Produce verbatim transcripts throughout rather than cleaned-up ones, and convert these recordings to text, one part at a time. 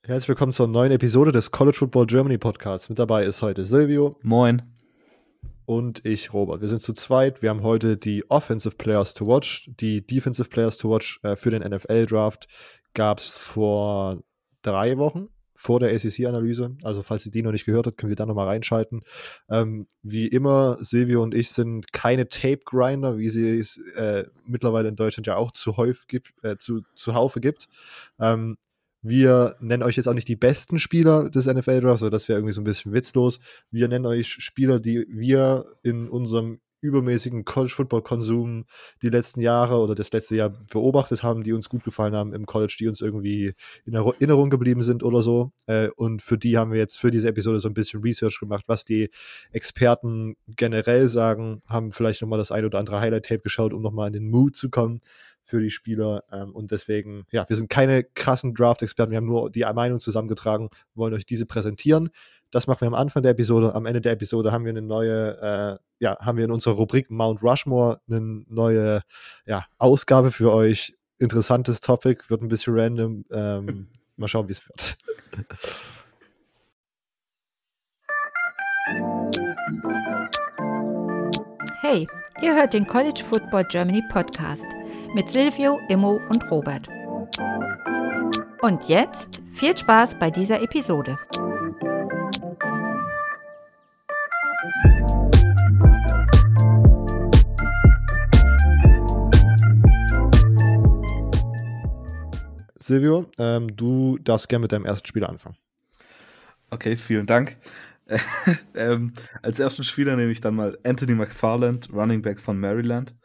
Herzlich willkommen zur neuen Episode des College Football Germany Podcasts. Mit dabei ist heute Silvio. Moin. Und ich, Robert. Wir sind zu zweit. Wir haben heute die Offensive Players to Watch. Die Defensive Players to Watch äh, für den N F L-Draft gab es vor drei Wochen, vor der A C C-Analyse. Also falls ihr die noch nicht gehört habt, können wir da nochmal reinschalten. Ähm, wie immer, Silvio und ich sind keine Tape-Grinder, wie sie es äh, mittlerweile in Deutschland ja auch zu häufig gibt, äh, zu, zuhaufe gibt. Ähm, Wir nennen euch jetzt auch nicht die besten Spieler des N F L-Drafts, also das wäre irgendwie so ein bisschen witzlos. Wir nennen euch Spieler, die wir in unserem übermäßigen College-Football-Konsum die letzten Jahre oder das letzte Jahr beobachtet haben, die uns gut gefallen haben im College, die uns irgendwie in Erinnerung geblieben sind oder so. Äh, und für die haben wir jetzt für diese Episode so ein bisschen Research gemacht, was die Experten generell sagen, haben vielleicht nochmal das ein oder andere Highlight-Tape geschaut, um nochmal in den Mood zu kommen für die Spieler, ähm, und deswegen, ja, wir sind keine krassen Draft-Experten, wir haben nur die Meinung zusammengetragen, wollen euch diese präsentieren. Das machen wir am Anfang der Episode. Am Ende der Episode haben wir eine neue, äh, ja, haben wir in unserer Rubrik Mount Rushmore eine neue, ja, Ausgabe für euch. Interessantes Topic, wird ein bisschen random. Ähm, mal schauen, wie es wird. Hey, ihr hört den College Football Germany Podcast mit Silvio, Immo und Robert. Und jetzt viel Spaß bei dieser Episode. Silvio, ähm, du darfst gerne mit deinem ersten Spieler anfangen. Okay, vielen Dank. ähm, als ersten Spieler nehme ich dann mal Anthony McFarland, Running Back von Maryland.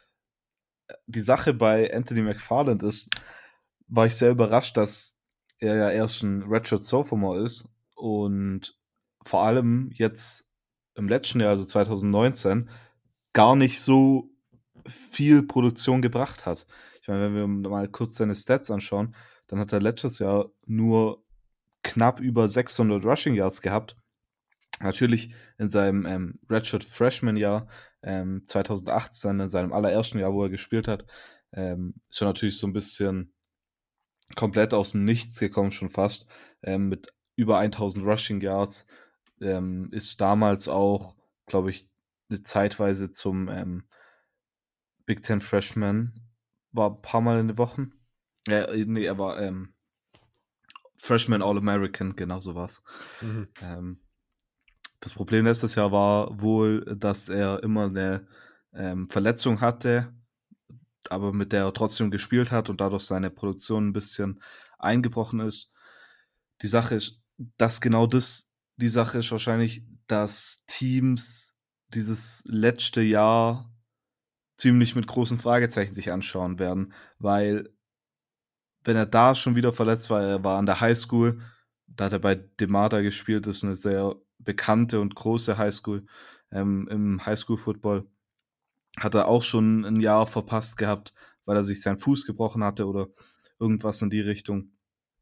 Die Sache bei Anthony McFarland ist, war ich sehr überrascht, dass er ja erst ein Redshirt Sophomore ist und vor allem jetzt im letzten Jahr, also zwanzig neunzehn, gar nicht so viel Produktion gebracht hat. Ich meine, wenn wir mal kurz seine Stats anschauen, dann hat er letztes Jahr nur knapp über sechshundert Rushing Yards gehabt. Natürlich in seinem ähm, Redshirt Freshman Jahr ähm, zwanzig achtzehn, in seinem allerersten Jahr, wo er gespielt hat, ähm, ist er natürlich so ein bisschen komplett aus dem Nichts gekommen, schon fast, ähm, mit über tausend Rushing Yards. Ähm, ist damals auch, glaube ich, eine zeitweise zum ähm, Big Ten Freshman, war ein paar Mal in den Wochen. Äh, nee, er war ähm, Freshman All-American, genau so war's. Mhm. Ähm, das Problem letztes Jahr war wohl, dass er immer eine ähm, Verletzung hatte, aber mit der er trotzdem gespielt hat und dadurch seine Produktion ein bisschen eingebrochen ist. Die Sache ist, dass genau das, die Sache ist wahrscheinlich, dass Teams dieses letzte Jahr ziemlich mit großen Fragezeichen sich anschauen werden, weil wenn er da schon wieder verletzt war, er war an der Highschool, da hat er bei DeMata gespielt, das ist eine sehr bekannte und große Highschool ähm, im Highschool-Football, hat er auch schon ein Jahr verpasst gehabt, weil er sich seinen Fuß gebrochen hatte oder irgendwas in die Richtung.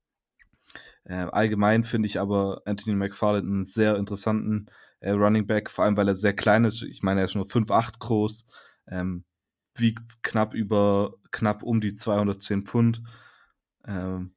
Äh, allgemein finde ich aber Anthony McFarland einen sehr interessanten äh, Running Back, vor allem weil er sehr klein ist. Ich meine, er ist nur fünf acht groß, ähm, wiegt knapp über, knapp um die zweihundertzehn Pfund. Ähm,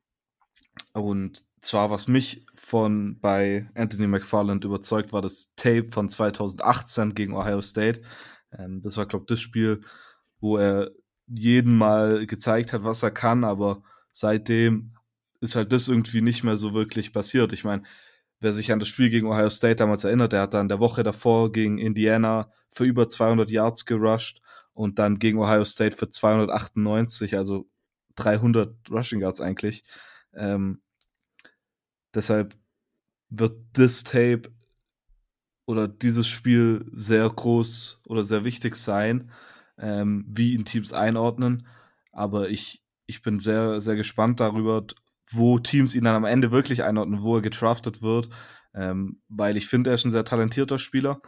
und zwar, was mich von bei Anthony McFarland überzeugt, war das Tape von zwanzig achtzehn gegen Ohio State. Ähm, das war, glaube ich, das Spiel, wo er jeden Mal gezeigt hat, was er kann, aber seitdem ist halt das irgendwie nicht mehr so wirklich passiert. Ich meine, wer sich an das Spiel gegen Ohio State damals erinnert, der hat dann der Woche davor gegen Indiana für über zweihundert Yards gerusht und dann gegen Ohio State für zweihundertachtundneunzig, also dreihundert Rushing Yards eigentlich. Ähm, deshalb wird das Tape oder dieses Spiel sehr groß oder sehr wichtig sein, ähm, wie ihn Teams einordnen. Aber ich, ich bin sehr, sehr gespannt darüber, wo Teams ihn dann am Ende wirklich einordnen, wo er gedraftet wird, ähm, weil ich finde, er ist ein sehr talentierter Spieler.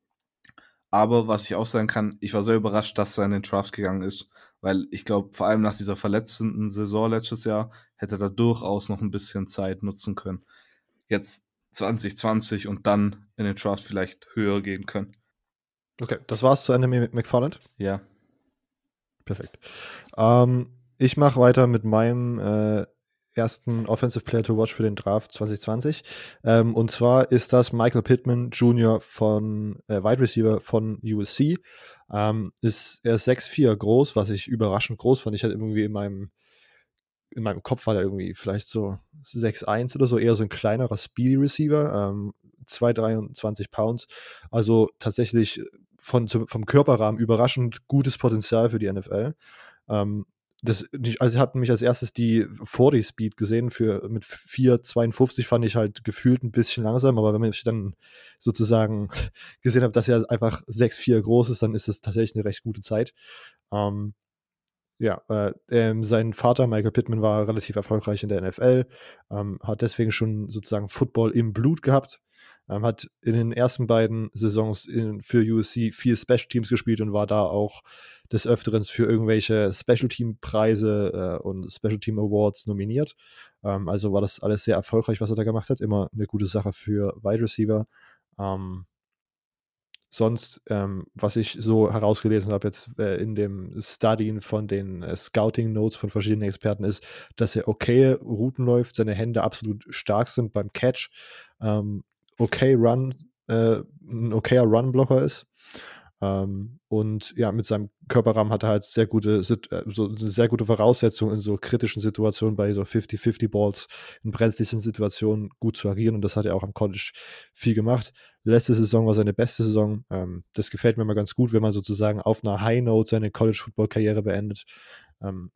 Aber was ich auch sagen kann, ich war sehr überrascht, dass er in den Draft gegangen ist, weil ich glaube, vor allem nach dieser verletzenden Saison letztes Jahr hätte er da durchaus noch ein bisschen Zeit nutzen können. Jetzt zwanzig zwanzig und dann in den Draft vielleicht höher gehen können. Okay, das war's zu Anthony McFarland? Ja. Perfekt. Ähm, ich mache weiter mit meinem äh, ersten Offensive Player to Watch für den Draft zwanzig zwanzig. Ähm, und zwar ist das Michael Pittman Junior von äh, Wide Receiver von U S C. Ähm, ist, er ist sechs Komma vier groß, was ich überraschend groß fand. Ich hatte irgendwie in meinem in meinem Kopf war der irgendwie vielleicht so sechs Komma eins oder so, eher so ein kleinerer Speedy Receiver, ähm, zweihundertdreiundzwanzig Pounds. Also tatsächlich von, vom Körperrahmen überraschend gutes Potenzial für die N F L. Ähm, das, also ich habe mich als erstes die vierzig Speed gesehen, für, mit vier Komma zweiundfünfzig fand ich halt gefühlt ein bisschen langsam, aber wenn ich dann sozusagen gesehen habe, dass er einfach sechs Komma vier groß ist, dann ist das tatsächlich eine recht gute Zeit. Ähm, Ja, äh, ähm, sein Vater Michael Pittman war relativ erfolgreich in der N F L, ähm, hat deswegen schon sozusagen Football im Blut gehabt, ähm, hat in den ersten beiden Saisons in, für U S C vier Special Teams gespielt und war da auch des Öfteren für irgendwelche Special Team Preise äh, und Special Team Awards nominiert. Ähm, also war das alles sehr erfolgreich, was er da gemacht hat. Immer eine gute Sache für Wide Receiver. Ähm, Sonst, ähm, was ich so herausgelesen habe jetzt äh, in dem Studien von den äh, Scouting-Notes von verschiedenen Experten ist, dass er okay Routen läuft, seine Hände absolut stark sind beim Catch, ähm, okay Run, äh, ein okayer Run-Blocker ist. Ähm, und ja, mit seinem Körperrahmen hat er halt sehr gute, Sit- äh, so, sehr gute Voraussetzungen in so kritischen Situationen, bei so fünfzig fünfzig Balls, in brenzlichen Situationen gut zu agieren. Und das hat er auch am College viel gemacht. Letzte Saison war seine beste Saison. Ähm, das gefällt mir immer ganz gut, wenn man sozusagen auf einer High Note seine College-Football-Karriere beendet. Ähm,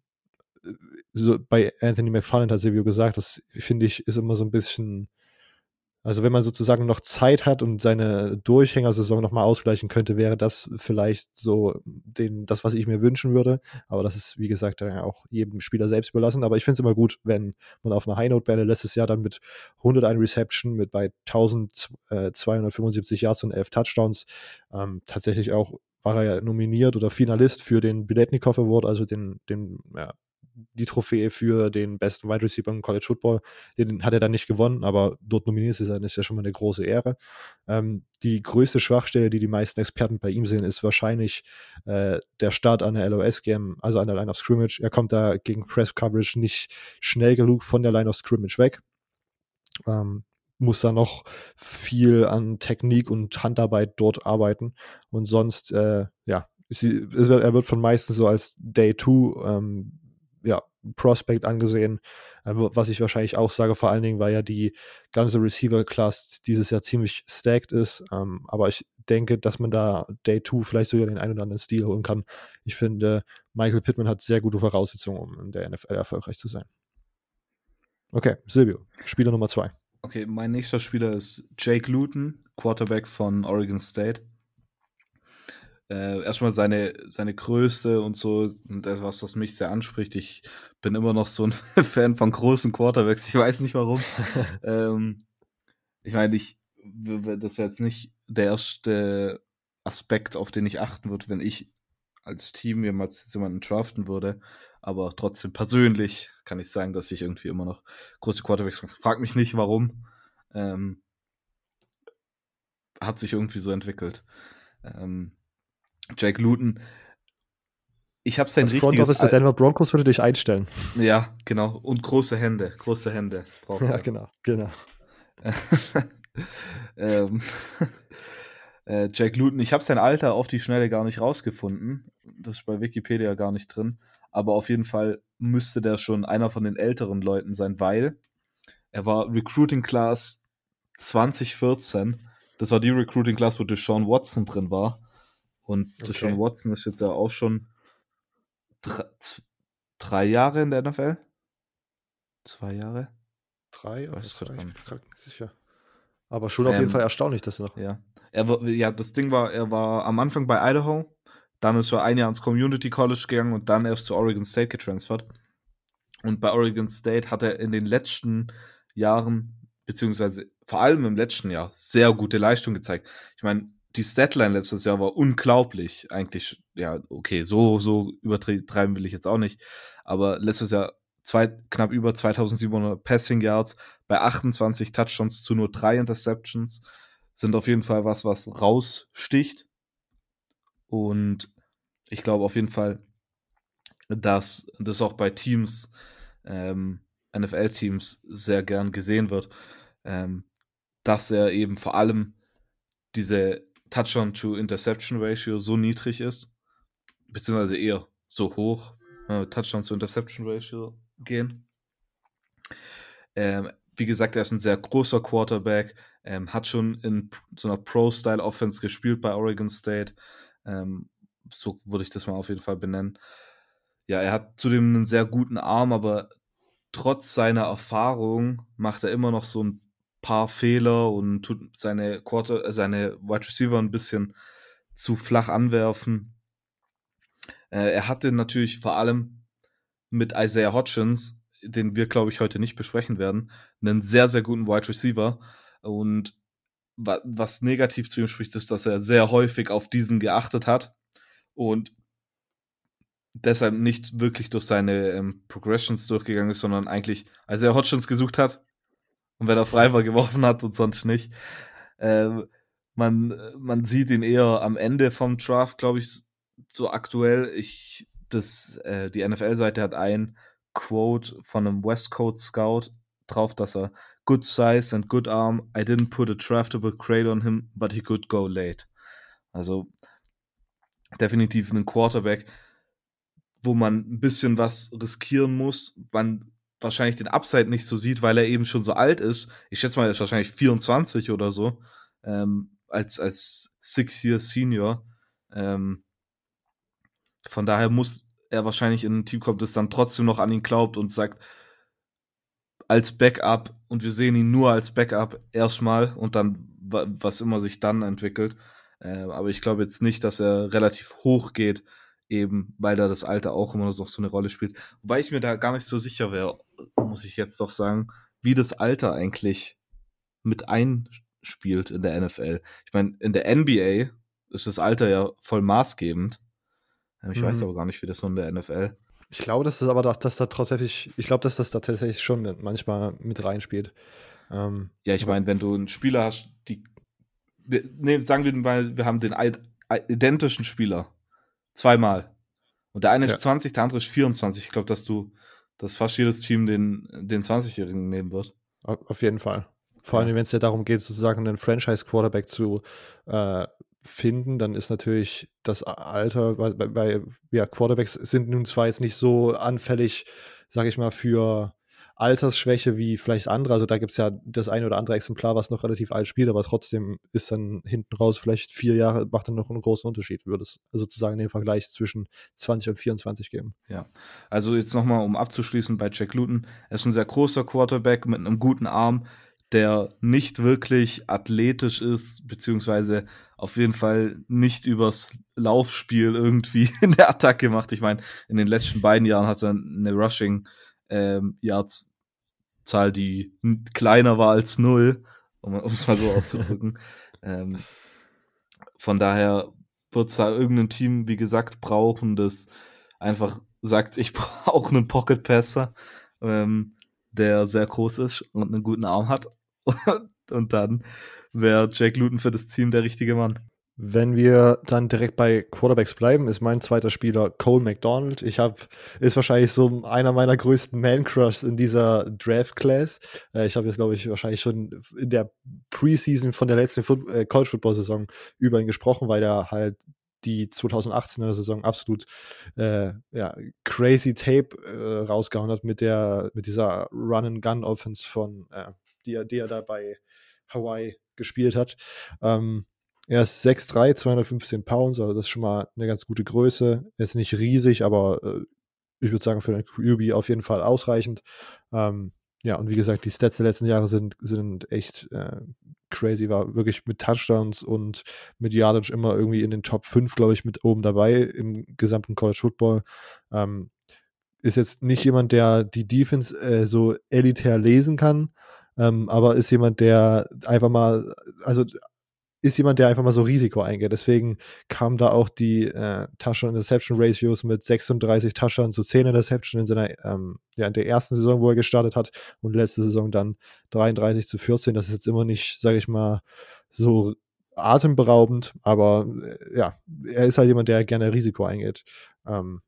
so bei Anthony McFarland hat Silvio gesagt, das finde ich, ist immer so ein bisschen. Also wenn man sozusagen noch Zeit hat und seine Durchhängersaison nochmal ausgleichen könnte, wäre das vielleicht so den, das, was ich mir wünschen würde. Aber das ist, wie gesagt, dann auch jedem Spieler selbst überlassen. Aber ich finde es immer gut, wenn man auf einer High Note beendet. Letztes Jahr dann mit hunderteins Reception, mit bei eintausendzweihundertfünfundsiebzig Yards und elf Touchdowns. Ähm, tatsächlich auch war er ja nominiert oder Finalist für den Biletnikoff Award, also den, den ja, die Trophäe für den besten Wide Receiver im College Football. Den hat er dann nicht gewonnen, aber dort nominiert zu sein, ist ja schon mal eine große Ehre. Ähm, die größte Schwachstelle, die die meisten Experten bei ihm sehen, ist wahrscheinlich äh, der Start an der L O S-Game, also an der Line of Scrimmage. Er kommt da gegen Press Coverage nicht schnell genug von der Line of Scrimmage weg. Ähm, muss da noch viel an Technik und Handarbeit dort arbeiten. Und sonst, äh, ja, sie, es wird, er wird von meisten so als Day Two ähm, ja, Prospect angesehen, äh, was ich wahrscheinlich auch sage, vor allen Dingen, weil ja die ganze Receiver-Class dieses Jahr ziemlich stacked ist. Ähm, aber ich denke, dass man da Day Two vielleicht sogar den einen oder anderen Stil holen kann. Ich finde, Michael Pittman hat sehr gute Voraussetzungen, um in der N F L erfolgreich zu sein. Okay, Silvio, Spieler Nummer zwei. Okay, mein nächster Spieler ist Jake Luton, Quarterback von Oregon State. Äh, erstmal seine, seine Größe und so, und etwas, was mich sehr anspricht. Ich bin immer noch so ein Fan von großen Quarterbacks, ich weiß nicht warum. ähm, ich meine, ich, das ist jetzt nicht der erste Aspekt, auf den ich achten würde, wenn ich als Team jemals jemanden draften würde. Aber trotzdem persönlich kann ich sagen, dass ich irgendwie immer noch große Quarterbacks mag. Frag mich nicht, warum. Ähm, hat sich irgendwie so entwickelt. Ähm, Jake Luton. Ich habe sein das Front richtiges Office der Denver Broncos würde dich einstellen. Ja, genau. Und große Hände. Große Hände. Ja, er. genau, genau. ähm, äh, Jake Luton, ich habe sein Alter auf die Schnelle gar nicht rausgefunden. Das ist bei Wikipedia gar nicht drin. Aber auf jeden Fall müsste der schon einer von den älteren Leuten sein, weil er war Recruiting Class zwanzig vierzehn. Das war die Recruiting Class, wo Deshaun Watson drin war. Und okay. Deshaun Watson ist jetzt ja auch schon drei, drei Jahre in der N F L. Zwei Jahre? Drei? Oh, das drei. Sicher. Aber schon auf ähm, jeden Fall erstaunlich, dass noch. Ja. Er war, ja, das Ding war, er war am Anfang bei Idaho, dann ist er ein Jahr ins Community College gegangen und dann erst zu Oregon State getransfert. Und bei Oregon State hat er in den letzten Jahren, beziehungsweise vor allem im letzten Jahr, sehr gute Leistung gezeigt. Ich meine, die Statline letztes Jahr war unglaublich. Eigentlich, ja, okay, so, so übertreiben will ich jetzt auch nicht. Aber letztes Jahr zwei, knapp über zweitausendsiebenhundert Passing Yards bei achtundzwanzig Touchdowns zu nur drei Interceptions sind auf jeden Fall was, was raussticht. Und ich glaube auf jeden Fall, dass das auch bei Teams ähm, N F L-Teams sehr gern gesehen wird, ähm, dass er eben vor allem diese Touchdown-to-Interception-Ratio so niedrig ist, beziehungsweise eher so hoch, äh, Touchdown-to-Interception-Ratio gehen. Ähm, wie gesagt, er ist ein sehr großer Quarterback, ähm, hat schon in so einer Pro-Style-Offense gespielt bei Oregon State. Ähm, so würde ich das mal auf jeden Fall benennen. Ja, er hat zudem einen sehr guten Arm, aber trotz seiner Erfahrung macht er immer noch so ein paar Fehler und tut seine Quarter, seine Wide Receiver ein bisschen zu flach anwerfen. Äh, er hatte natürlich vor allem mit Isaiah Hodgins, den wir, glaube ich, heute nicht besprechen werden, einen sehr, sehr guten Wide Receiver. Und wa- was negativ zu ihm spricht, ist, dass er sehr häufig auf diesen geachtet hat und deshalb nicht wirklich durch seine ähm, Progressions durchgegangen ist, sondern eigentlich Isaiah Hodgins gesucht hat und wenn er frei war, geworfen hat und sonst nicht. Ähm, man, man sieht ihn eher am Ende vom Draft, glaube ich, so aktuell. Ich, das, äh, die N F L-Seite hat ein Quote von einem West Coast Scout drauf, dass er good size and good arm. I didn't put a draftable grade on him, but he could go late. Also definitiv ein Quarterback, wo man ein bisschen was riskieren muss, man wahrscheinlich den Upside nicht so sieht, weil er eben schon so alt ist. Ich schätze mal, er ist wahrscheinlich vierundzwanzig oder so, ähm, als, als Six-Year-Senior. Ähm, von daher muss er wahrscheinlich in ein Team kommen, das dann trotzdem noch an ihn glaubt und sagt, als Backup, und wir sehen ihn nur als Backup erstmal und dann, was immer sich dann entwickelt. Äh, aber ich glaube jetzt nicht, dass er relativ hoch geht, eben weil da das Alter auch immer noch so eine Rolle spielt. Wobei ich mir da gar nicht so sicher wäre, muss ich jetzt doch sagen, wie das Alter eigentlich mit einspielt in der N F L. Ich meine, in der N B A ist das Alter ja voll maßgebend. Ich mhm. weiß aber gar nicht, wie das so in der N F L. Ich glaube, dass das aber dass das da tatsächlich, ich glaube, dass das da tatsächlich schon manchmal mit reinspielt. Ähm, ja, ich meine, wenn du einen Spieler hast, die, wir, nee, sagen wir mal, wir haben den identischen Spieler zweimal. Und der eine ja. ist zwanzig, der andere ist vierundzwanzig. Ich glaube, dass du, dass fast jedes Team den, den zwanzigjährigen nehmen wird. Auf jeden Fall. Vor allem, ja. wenn es ja darum geht, sozusagen einen Franchise-Quarterback zu äh, finden, dann ist natürlich das Alter, weil, weil ja, Quarterbacks sind nun zwar jetzt nicht so anfällig, sage ich mal, für Altersschwäche wie vielleicht andere. Also da gibt es ja das eine oder andere Exemplar, was noch relativ alt spielt, aber trotzdem ist dann hinten raus vielleicht vier Jahre, macht dann noch einen großen Unterschied. Würde es sozusagen den Vergleich zwischen zwanzig und vierundzwanzig geben. Ja, also jetzt nochmal, um abzuschließen bei Jack Luton. Er ist ein sehr großer Quarterback mit einem guten Arm, der nicht wirklich athletisch ist, beziehungsweise auf jeden Fall nicht übers Laufspiel irgendwie in der Attacke macht. Ich meine, in den letzten beiden Jahren hat er eine Rushing ähm, Yards Zahl, die kleiner war als null, um es mal so auszudrücken. ähm, von daher wird es da irgendein Team, wie gesagt, brauchen, das einfach sagt, ich brauche einen Pocket Passer, ähm, der sehr groß ist und einen guten Arm hat. Und dann wäre Jack Luton für das Team der richtige Mann. Wenn wir dann direkt bei Quarterbacks bleiben, ist mein zweiter Spieler Cole McDonald. Ich habe, ist wahrscheinlich so einer meiner größten Man-Crushs in dieser Draft-Class. Äh, ich habe jetzt, glaube ich, wahrscheinlich schon in der Preseason von der letzten Foot- äh, College-Football-Saison über ihn gesprochen, weil er halt die zweitausendachtzehner Saison absolut äh, ja, crazy Tape äh, rausgehauen hat mit der mit dieser Run-and-Gun-Offense von, äh, die, er, die er da bei Hawaii gespielt hat. Ähm, Er ist sechs drei, zweihundertfünfzehn Pounds, also das ist schon mal eine ganz gute Größe. Er ist nicht riesig, aber äh, ich würde sagen, für einen Q B auf jeden Fall ausreichend. Ähm, ja, und wie gesagt, die Stats der letzten Jahre sind, sind echt äh, crazy. War wirklich mit Touchdowns und mit Yardage immer irgendwie in den Top fünf, glaube ich, mit oben dabei im gesamten College Football. Ähm, ist jetzt nicht jemand, der die Defense äh, so elitär lesen kann, ähm, aber ist jemand, der einfach mal, also ist jemand, der einfach mal so Risiko eingeht. Deswegen kamen da auch die äh, Touchdown-Interception-Ratios mit sechsunddreißig Touchdowns zu zehn Interception in seiner, ähm, ja, in der ersten Saison, wo er gestartet hat, und letzte Saison dann dreiunddreißig zu vierzehn. Das ist jetzt immer nicht, sage ich mal, so atemberaubend, aber äh, ja, er ist halt jemand, der gerne Risiko eingeht. Ähm,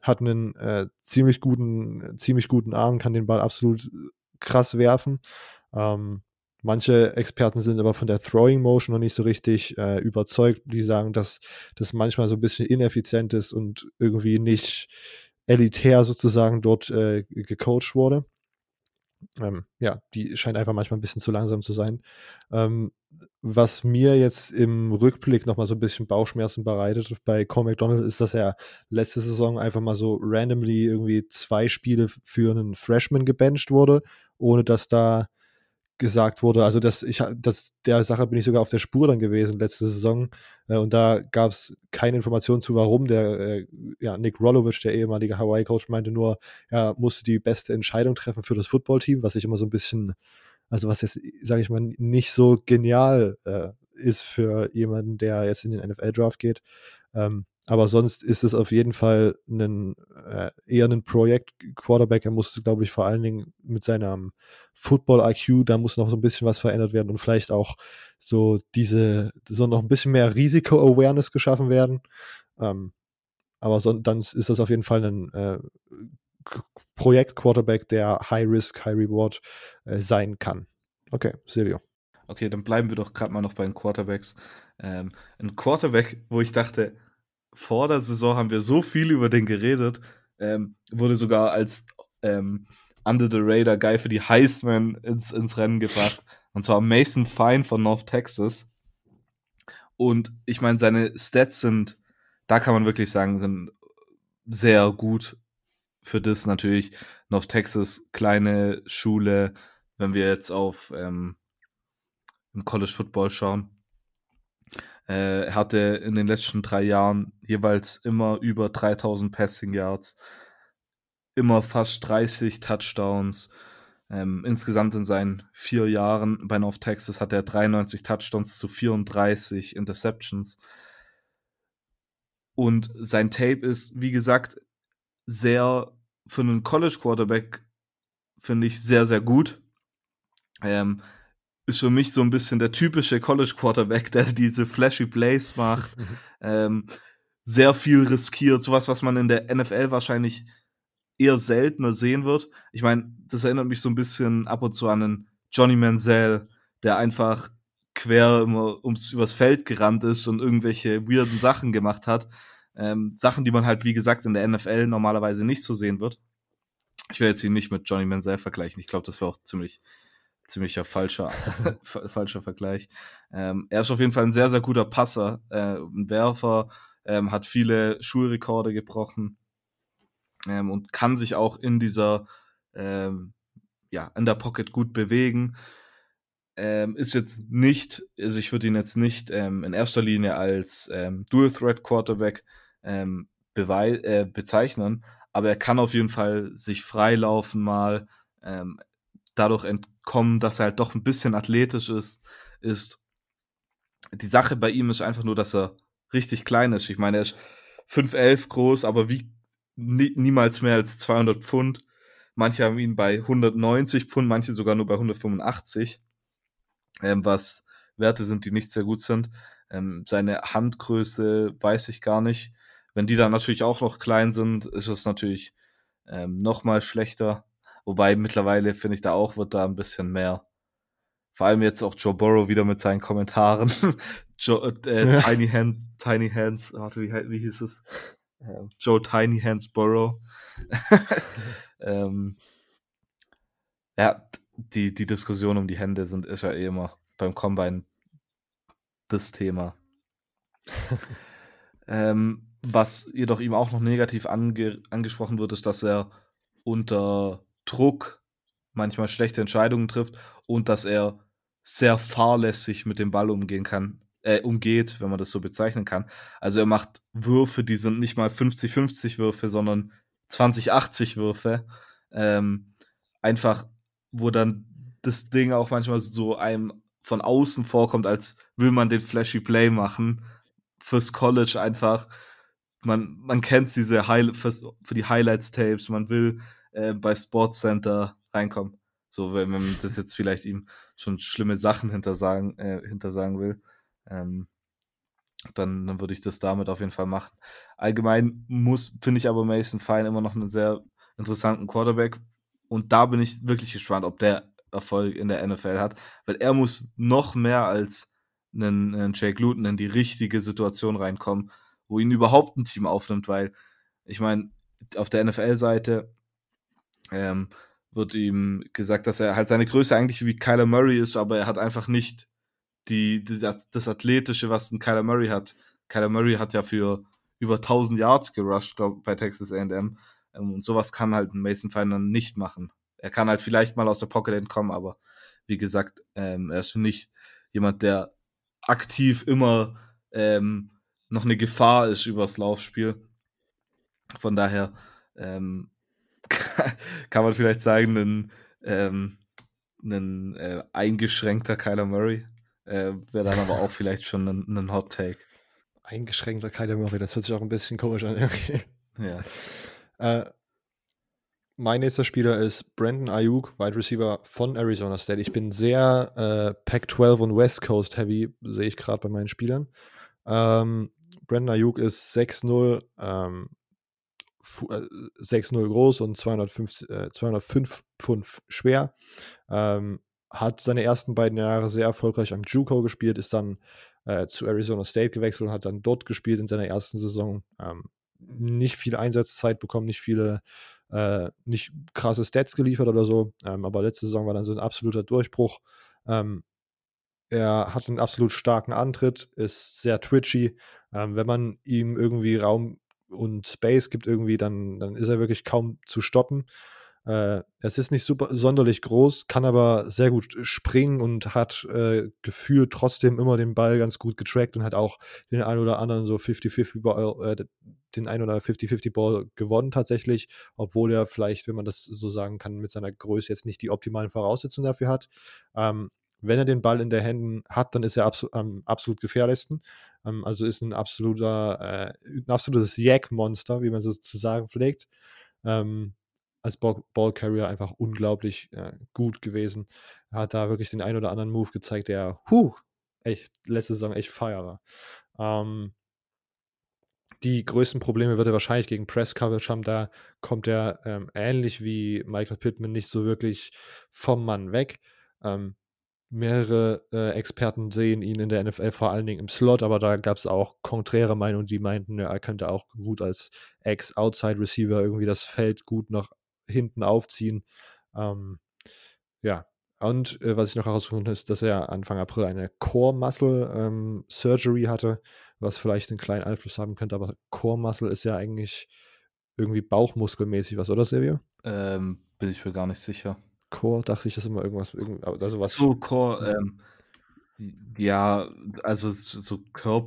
hat einen äh, ziemlich guten, ziemlich guten Arm, kann den Ball absolut krass werfen. Ähm, manche Experten sind aber von der Throwing Motion noch nicht so richtig äh, überzeugt. Die sagen, dass das manchmal so ein bisschen ineffizient ist und irgendwie nicht elitär sozusagen dort äh, gecoacht wurde. Ähm, ja, die scheint einfach manchmal ein bisschen zu langsam zu sein. Ähm, was mir jetzt im Rückblick nochmal so ein bisschen Bauchschmerzen bereitet bei Cole McDonald ist, dass er letzte Saison einfach mal so randomly irgendwie zwei Spiele für einen Freshman gebencht wurde, ohne dass da gesagt wurde, also das, ich, das, der Sache bin ich sogar auf der Spur dann gewesen letzte Saison äh, und da gab es keine Informationen zu, warum. Der, äh, ja, Nick Rolovich, der ehemalige Hawaii-Coach, meinte nur, er musste die beste Entscheidung treffen für das Footballteam, was ich immer so ein bisschen, also was jetzt, sage ich mal, nicht so genial äh, ist für jemanden, der jetzt in den N F L-Draft geht. Ähm, aber sonst ist es auf jeden Fall ein, äh, eher ein Projekt-Quarterback. Er muss, glaube ich, vor allen Dingen mit seinem Football-I Q, da muss noch so ein bisschen was verändert werden und vielleicht auch so diese, so noch ein bisschen mehr Risiko-Awareness geschaffen werden. Ähm, aber so, dann ist das auf jeden Fall ein äh, Projekt-Quarterback, der High-Risk, High-Reward äh, sein kann. Okay, Silvio. Okay, dann bleiben wir doch gerade mal noch bei den Quarterbacks. Ähm, ein Quarterback, wo ich dachte, vor der Saison haben wir so viel über den geredet, ähm, wurde sogar als ähm, Under-the-Radar-Guy für die Heisman ins, ins Rennen gebracht. Und zwar Mason Fine von North Texas. Und ich meine, seine Stats sind, da kann man wirklich sagen, sind sehr gut für das natürlich. North Texas, kleine Schule, wenn wir jetzt auf ähm, im College Football schauen. Äh, er hatte in den letzten drei Jahren jeweils immer über dreitausend Passing Yards, immer fast dreißig Touchdowns. Ähm, insgesamt in seinen vier Jahren bei North Texas hat er dreiundneunzig Touchdowns zu vierunddreißig Interceptions. Und sein Tape ist, wie gesagt, sehr für einen College Quarterback, finde ich, sehr, sehr gut. Ähm, ist für mich so ein bisschen der typische College Quarterback, der diese flashy Plays macht, ähm, sehr viel riskiert, sowas, was man in der N F L wahrscheinlich eher seltener sehen wird. Ich meine, das erinnert mich so ein bisschen ab und zu an einen Johnny Manziel, der einfach quer immer ums übers Feld gerannt ist und irgendwelche weirden Sachen gemacht hat. Ähm, Sachen, die man halt, wie gesagt, in der N F L normalerweise nicht so sehen wird. Ich will jetzt ihn nicht mit Johnny Manziel vergleichen. Ich glaube, das wäre auch ziemlich ziemlicher falscher, falscher Vergleich. Ähm, er ist auf jeden Fall ein sehr, sehr guter Passer, äh, ein Werfer, ähm, hat viele Schulrekorde gebrochen ähm, und kann sich auch in dieser, ähm, ja, in der Pocket gut bewegen. Ähm, ist jetzt nicht, also ich würde ihn jetzt nicht ähm, in erster Linie als ähm, Dual-Threat-Quarterback ähm, bewei- äh, bezeichnen, aber er kann auf jeden Fall sich freilaufen mal, ähm, dadurch entkommen, dass er halt doch ein bisschen athletisch ist, ist. Die Sache bei ihm ist einfach nur, dass er richtig klein ist. Ich meine, er ist fünf elf groß, aber wiegt nie, niemals mehr als zweihundert Pfund. Manche haben ihn bei hundertneunzig Pfund, manche sogar nur bei hundertfünfundachtzig, ähm, was Werte sind, die nicht sehr gut sind. Ähm, seine Handgröße weiß ich gar nicht. Wenn die dann natürlich auch noch klein sind, ist es natürlich ähm, noch mal schlechter. Wobei mittlerweile finde ich da auch, wird da ein bisschen mehr. Vor allem jetzt auch Joe Burrow wieder mit seinen Kommentaren. Joe, äh, Ja. Tiny Hand, Tiny Hands, warte, wie, wie hieß es? Ähm, Joe Tiny Hands Burrow. ähm, ja, die, die Diskussion um die Hände sind, ist ja eh immer beim Combine das Thema. ähm, was jedoch ihm auch noch negativ ange angesprochen wird, ist, dass er unter Druck manchmal schlechte Entscheidungen trifft und dass er sehr fahrlässig mit dem Ball umgehen kann, äh, umgeht, wenn man das so bezeichnen kann. Also er macht Würfe, die sind nicht mal fünfzig fünfzig Würfe, sondern zwanzig achtzig Würfe. Ähm, einfach, wo dann das Ding auch manchmal so einem von außen vorkommt, als will man den flashy Play machen. Fürs College einfach. Man, man kennt diese High, für, für die Highlights-Tapes, man will äh, bei SportsCenter reinkommen. So, wenn man das jetzt vielleicht ihm schon schlimme Sachen hintersagen, äh, hintersagen will. Ähm, dann, dann würde ich das damit auf jeden Fall machen. Allgemein muss, finde ich aber Mason Fine immer noch einen sehr interessanten Quarterback. Und da bin ich wirklich gespannt, ob der Erfolg in der N F L hat. Weil er muss noch mehr als einen, einen Jake Luton in die richtige Situation reinkommen, wo ihn überhaupt ein Team aufnimmt. Weil, ich meine, auf der N F L-Seite ähm, wird ihm gesagt, dass er halt seine Größe eigentlich wie Kyler Murray ist, aber er hat einfach nicht die, die, das Athletische, was ein Kyler Murray hat. Kyler Murray hat ja für über tausend Yards gerusht, glaube bei Texas A and M. Und sowas kann halt ein Mason Fine dann nicht machen. Er kann halt vielleicht mal aus der Pocket entkommen, aber wie gesagt, ähm, er ist nicht jemand, der aktiv immer ähm, noch eine Gefahr ist übers Laufspiel. Von daher ähm, kann man vielleicht sagen, ein, ähm, ein äh, eingeschränkter Kyler Murray. Äh, Wäre dann aber auch vielleicht schon ein, ein Hot Take. Eingeschränkter Kyler Murray, das hört sich auch ein bisschen komisch an. Okay. Ja. Äh, mein nächster Spieler ist Brandon Ayuk, Wide Receiver von Arizona State. Ich bin sehr äh, Pac zwölf und West Coast heavy, sehe ich gerade bei meinen Spielern. Ähm, Brandon Ayuk ist sechs null, ähm, sechs null groß und zweihundertfünf, äh, zweihundertfünf Pfund schwer. Ähm, hat seine ersten beiden Jahre sehr erfolgreich am JUCO gespielt, ist dann äh, zu Arizona State gewechselt und hat dann dort gespielt in seiner ersten Saison. Ähm, nicht viel Einsatzzeit bekommen, nicht viele, äh, nicht krasse Stats geliefert oder so, ähm, aber letzte Saison war dann so ein absoluter Durchbruch. Ähm, er hat einen absolut starken Antritt, ist sehr twitchy. Ähm, wenn man ihm irgendwie Raum und Space gibt irgendwie, dann, dann ist er wirklich kaum zu stoppen. Äh, es ist nicht super sonderlich groß, kann aber sehr gut springen und hat äh, gefühlt trotzdem immer den Ball ganz gut getrackt und hat auch den ein oder anderen so fünfzig fünfzig Ball, äh, den ein oder fünfzig fünfzig Ball gewonnen tatsächlich, obwohl er vielleicht, wenn man das so sagen kann, mit seiner Größe jetzt nicht die optimalen Voraussetzungen dafür hat. Ähm, wenn er den Ball in der Händen hat, dann ist er absol am absolut gefährlichsten. Ähm, also ist ein absoluter, äh, ein absolutes Yak-Monster, wie man so zu sagen pflegt. Ähm, als Ballcarrier einfach unglaublich äh, gut gewesen. Er hat da wirklich den einen oder anderen Move gezeigt, der, huh, echt, letzte Saison echt fire war. Ähm, die größten Probleme wird er wahrscheinlich gegen Press-Coverage haben. Da kommt er ähm, ähnlich wie Michael Pittman nicht so wirklich vom Mann weg. Ähm, mehrere äh, Experten sehen ihn in der N F L vor allen Dingen im Slot, aber da gab es auch konträre Meinungen, die meinten, ja, er könnte auch gut als Ex-Outside-Receiver irgendwie das Feld gut nach hinten aufziehen. Ähm, ja, und äh, was ich noch herausgefunden habe, ist, dass er Anfang April eine Core-Muscle-Surgery ähm, hatte, was vielleicht einen kleinen Einfluss haben könnte, aber Core-Muscle ist ja eigentlich irgendwie bauchmuskelmäßig was, oder Silvio? Ähm, bin ich mir gar nicht sicher. Core, dachte ich, das ist immer irgendwas, irgend, also was. So, Core, Ja. ähm, ja, also so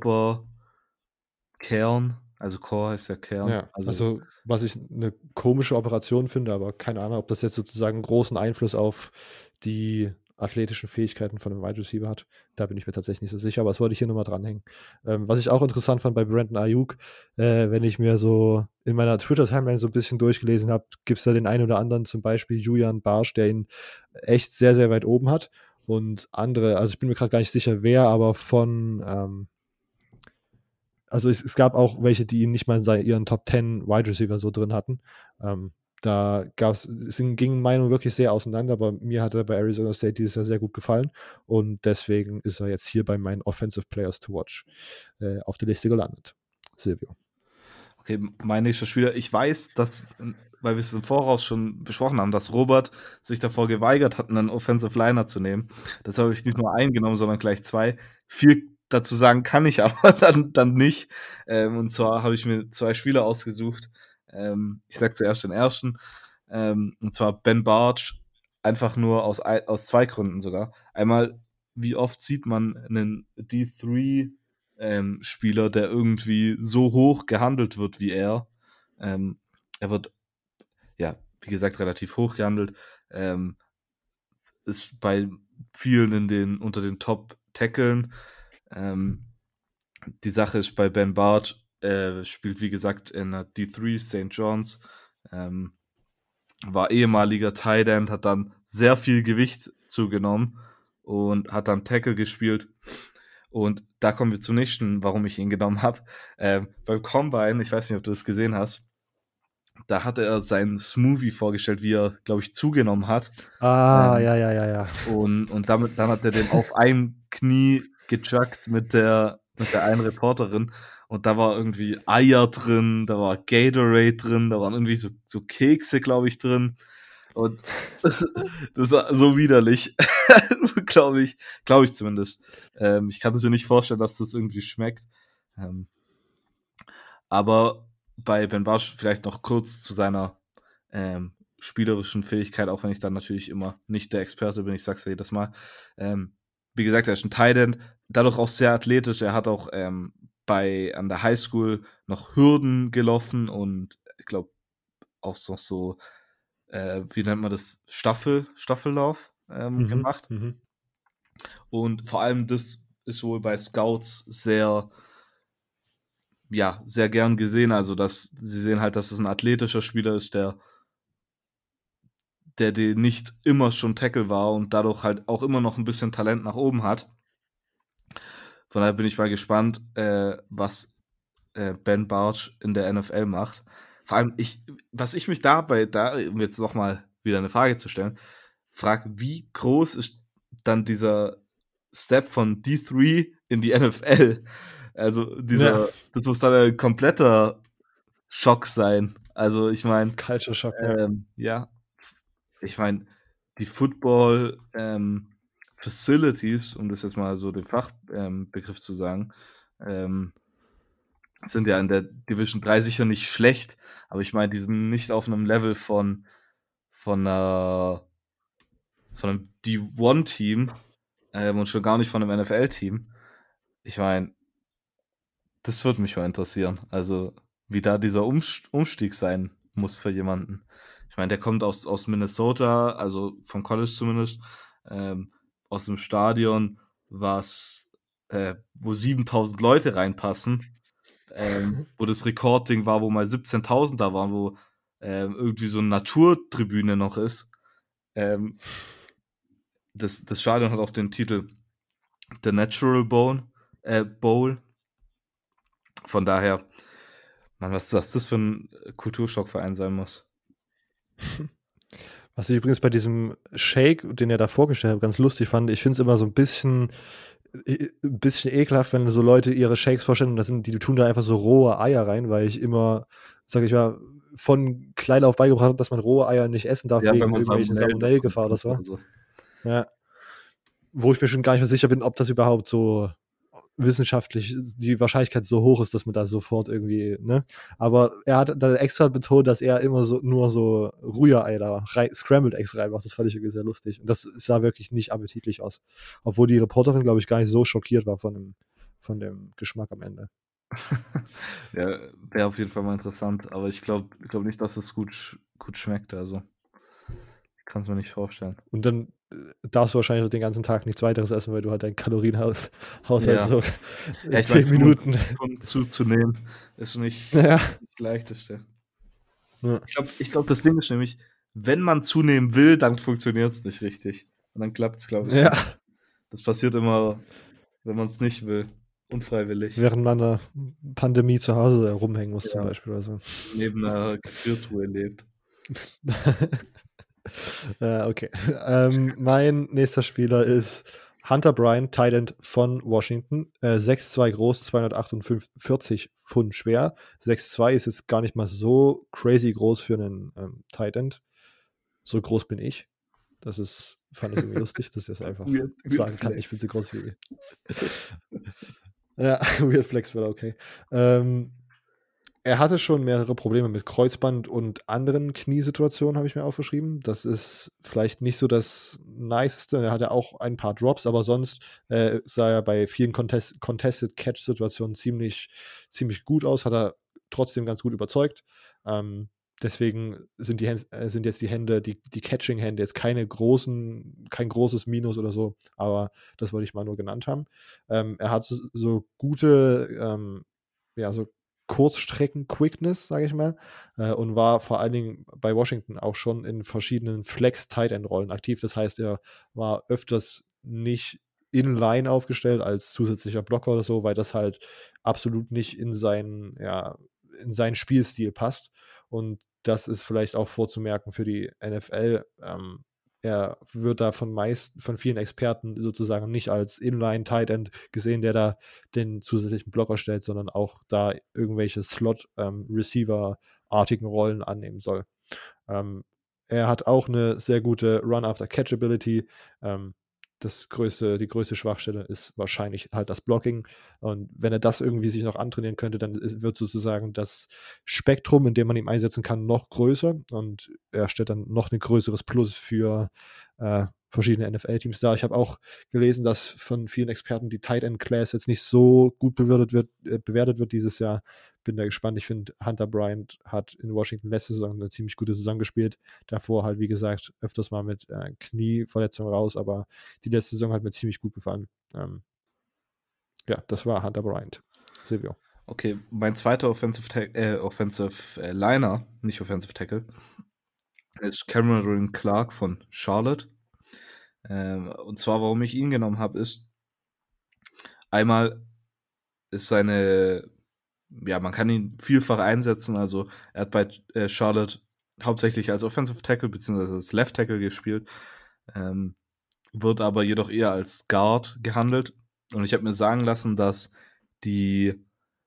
Körperkern, also Core heißt ja Kern. Ja, Also, also was ich eine komische Operation finde, aber keine Ahnung, ob das jetzt sozusagen einen großen Einfluss auf die athletischen Fähigkeiten von einem Wide Receiver hat. Da bin ich mir tatsächlich nicht so sicher, aber das wollte ich hier nochmal dranhängen. Ähm, was ich auch interessant fand bei Brandon Ayuk, äh, wenn ich mir so in meiner Twitter-Timeline so ein bisschen durchgelesen habe, gibt es da den einen oder anderen, zum Beispiel Julian Barsch, der ihn echt sehr, sehr weit oben hat. Und andere, also ich bin mir gerade gar nicht sicher, wer, aber von ähm, also es, es gab auch welche, die ihn nicht mal in ihren Top zehn Wide Receiver so drin hatten. Ähm, da gab's, es gingen Meinungen wirklich sehr auseinander, aber mir hat er bei Arizona State dieses Jahr sehr gut gefallen und deswegen ist er jetzt hier bei meinen Offensive Players to Watch äh, auf der Liste gelandet. Silvio. okay, mein nächster Spieler, ich weiß, dass, weil wir es im Voraus schon besprochen haben, dass Robert sich davor geweigert hat, einen Offensive Liner zu nehmen. Deshalb habe ich nicht nur einen genommen, sondern gleich zwei. Viel dazu sagen kann ich aber dann, dann nicht. Ähm, und zwar habe ich mir zwei Spieler ausgesucht. Ähm, ich sage zuerst den ersten. Ähm, und zwar Ben Bartsch. Einfach nur aus, aus zwei Gründen sogar. Einmal, wie oft sieht man einen D drei ähm, Spieler, der irgendwie so hoch gehandelt wird wie er. Ähm, er wird, ja, wie gesagt, relativ hoch gehandelt. Ähm, ist bei vielen in den, unter den Top-Tackeln. Ähm, die Sache ist bei Ben Bartsch, er spielt wie gesagt in der D drei Saint John's, ähm, war ehemaliger Tight End, hat dann sehr viel Gewicht zugenommen und hat dann Tackle gespielt Und da kommen wir zum nächsten, warum ich ihn genommen habe. Ähm, beim Combine, ich weiß nicht, ob du das gesehen hast, da hatte er seinen Smoothie vorgestellt, wie er, glaube ich, zugenommen hat. Ah, ähm, ja, ja, ja, ja. Und, und damit, dann hat er den auf ein Knie gejuggt mit der, mit der einen Reporterin. Und da war irgendwie Eier drin, da war Gatorade drin, da waren irgendwie so, so Kekse, glaube ich, drin. Und das war so widerlich, glaube ich, glaube ich zumindest. Ähm, ich kann es mir nicht vorstellen, dass das irgendwie schmeckt. Ähm, aber bei Ben Bartsch vielleicht noch kurz zu seiner ähm, spielerischen Fähigkeit, auch wenn ich dann natürlich immer nicht der Experte bin, ich sag's ja jedes Mal. Ähm, wie gesagt, er ist ein Tight End, dadurch auch sehr athletisch. Er hat auch ähm, bei an der Highschool noch Hürden gelaufen und ich glaube auch so, so äh, wie nennt man das, Staffel, Staffellauf ähm, Mhm, gemacht. mhm. Und vor allem das ist wohl bei Scouts sehr, ja, sehr gern gesehen. Also, dass sie sehen halt, dass es ein athletischer Spieler ist, der, der, der nicht immer schon Tackle war und dadurch halt auch immer noch ein bisschen Talent nach oben hat. Von daher bin ich mal gespannt, äh, was äh, Ben Bartsch in der N F L macht. Vor allem, ich, was ich mich dabei, da, um jetzt nochmal wieder eine Frage zu stellen, frage, wie groß ist dann dieser Step von D drei in die N F L? Also, dieser, Ja, das muss dann ein kompletter Schock sein. Also, ich meine, Culture Shock, ja. ähm, ja, ich meine, die Football ähm, Facilities, um das jetzt mal so den Fachbegriff ähm, Begriff zu sagen, ähm, sind ja in der Division drei sicher nicht schlecht, aber ich meine, die sind nicht auf einem Level von, von, einer, von einem D eins Team ähm, und schon gar nicht von einem N F L-Team. Ich meine, das würde mich mal interessieren. Also, wie da dieser Umst- Umstieg sein muss für jemanden. Ich meine, der kommt aus, aus Minnesota, also vom College zumindest, ähm, aus dem Stadion, was, äh, wo siebentausend Leute reinpassen, ähm, wo das Rekordding war, wo mal siebzehntausend da waren, wo ähm, irgendwie so eine Naturtribüne noch ist. Ähm, das, das Stadion hat auch den Titel The Natural Bowl. Äh, Bowl. Von daher, man, was, was das für ein Kulturschockverein sein muss. Was ich übrigens bei diesem Shake, den er da vorgestellt hat, ganz lustig fand, ich finde es immer so ein bisschen, äh, ein bisschen ekelhaft, wenn so Leute ihre Shakes vorstellen und das sind, die tun da einfach so rohe Eier rein, weil ich immer, sag ich mal, von klein auf beigebracht habe, dass man rohe Eier nicht essen darf, Ja, wenn wegen man irgendwelchen Salmonellen davon Salmonellgefahr oder bekommt so. oder so. Ja. Wo ich mir schon gar nicht mehr sicher bin, ob das überhaupt so wissenschaftlich die Wahrscheinlichkeit so hoch ist, dass man da sofort irgendwie, ne? Aber er hat da extra betont, dass er immer so nur so Rührei da rein, Scrambled Eggs reinmacht. Das fand ich irgendwie sehr lustig. Und das sah wirklich nicht appetitlich aus. Obwohl die Reporterin, glaube ich, gar nicht so schockiert war von dem, von dem Geschmack am Ende. Ja, wäre auf jeden Fall mal interessant, aber ich glaube ich glaub nicht, dass es gut, sch- gut schmeckt. Also, ich kann es mir nicht vorstellen. Und dann äh, darfst du wahrscheinlich den ganzen Tag nichts weiteres essen, weil du halt deinen Kalorienhaushalt Ja. so Ja, ich zehn meine, Minuten. Pfund zuzunehmen ist nicht, Ja. nicht das Leichteste. Ja. Ich glaube, ich glaub, das Ding ist nämlich, wenn man zunehmen will, dann funktioniert es nicht richtig. Und dann klappt es, glaube ich. Ja. Das passiert immer, wenn man es nicht will. Unfreiwillig. Während man einer Pandemie zu Hause rumhängen muss, Ja. zum Beispiel. Oder so. Neben einer Gefriertruhe lebt. äh, okay. Ähm, mein nächster Spieler ist Hunter Bryant, Tight End von Washington. Äh, sechs zwei groß, zweihundertachtundvierzig Pfund schwer. sechs zwei ist jetzt gar nicht mal so crazy groß für einen ähm, Tight End. So groß bin ich. Das ist, fand ich irgendwie lustig, dass ich das einfach Weird- weird sagen kann. Flex. Ich bin so groß wie Ja, Weird Flex wäre okay. Ähm, er hatte schon mehrere Probleme mit Kreuzband und anderen Kniesituationen, habe ich mir aufgeschrieben. Das ist vielleicht nicht so das Niceste. Er hatte auch ein paar Drops, aber sonst äh, sah er bei vielen Contest Contested Catch-Situationen ziemlich, ziemlich gut aus, hat er trotzdem ganz gut überzeugt. Ähm, deswegen sind, die, Hände- äh, sind jetzt die Hände, die, die Catching-Hände jetzt keine großen, kein großes Minus oder so, aber das wollte ich mal nur genannt haben. Ähm, er hat so, so gute, ähm, ja, so Kurzstrecken-Quickness, sage ich mal, äh, und war vor allen Dingen bei Washington auch schon in verschiedenen Flex-Tight-End-Rollen aktiv. Das heißt, er war öfters nicht in-line aufgestellt als zusätzlicher Blocker oder so, weil das halt absolut nicht in seinen, ja, in seinen Spielstil passt. Und das ist vielleicht auch vorzumerken für die N F L. Ähm, er wird da von meist, von vielen Experten sozusagen nicht als Inline-Tight End gesehen, der da den zusätzlichen Blocker stellt, sondern auch da irgendwelche Slot-Receiver-artigen ähm, Rollen annehmen soll. Ähm, er hat auch eine sehr gute Run-After-Catch-Ability. Ähm, das größte, die größte Schwachstelle ist wahrscheinlich halt das Blocking. Und wenn er das irgendwie sich noch antrainieren könnte, dann ist, wird sozusagen das Spektrum, in dem man ihn einsetzen kann, noch größer. Und er stellt dann noch ein größeres Plus für äh, verschiedene N F L-Teams dar. Ich habe auch gelesen, dass von vielen Experten die Tight End Class jetzt nicht so gut bewertet wird, äh, bewertet wird dieses Jahr. Bin da gespannt. Ich finde, Hunter Bryant hat in Washington letzte Saison eine ziemlich gute Saison gespielt. Davor halt, wie gesagt, öfters mal mit äh, Knieverletzungen raus, aber die letzte Saison hat mir ziemlich gut gefallen. Ähm, ja, das war Hunter Bryant. Silvio. Okay, mein zweiter Offensive, Ta- äh, Offensive äh, Liner, nicht Offensive Tackle, ist Cameron Clark von Charlotte. Ähm, und zwar, warum ich ihn genommen habe, ist einmal ist seine, ja, man kann ihn vielfach einsetzen. Also er hat bei äh, Charlotte hauptsächlich als Offensive Tackle bzw. als Left Tackle gespielt, ähm, wird aber jedoch eher als Guard gehandelt. Und ich habe mir sagen lassen, dass die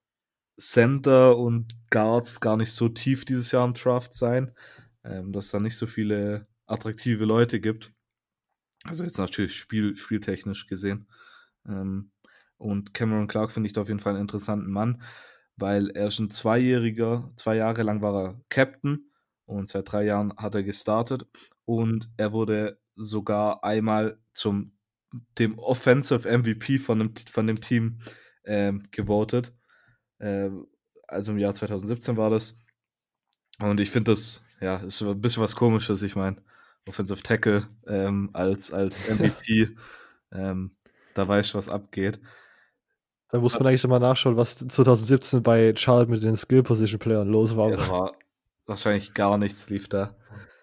Center und Guards gar nicht so tief dieses Jahr im Draft sein, ähm, dass da nicht so viele attraktive Leute gibt. Also jetzt natürlich Spiel, spieltechnisch gesehen. Ähm, und Cameron Clark finde ich da auf jeden Fall einen interessanten Mann, weil er ist ein Zweijähriger, zwei Jahre lang war er Captain und seit drei Jahren hat er gestartet und er wurde sogar einmal zum dem Offensive M V P von dem, von dem Team ähm, gewotet. Ähm, also im Jahr zwanzig siebzehn war das. Und ich finde das, ja, ist ein bisschen was Komisches. Ich meine, Offensive Tackle ähm, als, als M V P, ähm, da weiß ich, was abgeht. Da muss man eigentlich mal nachschauen, was zwanzig siebzehn bei Charlotte mit den Skill-Position-Playern los war. Ja, da war wahrscheinlich gar nichts lief da.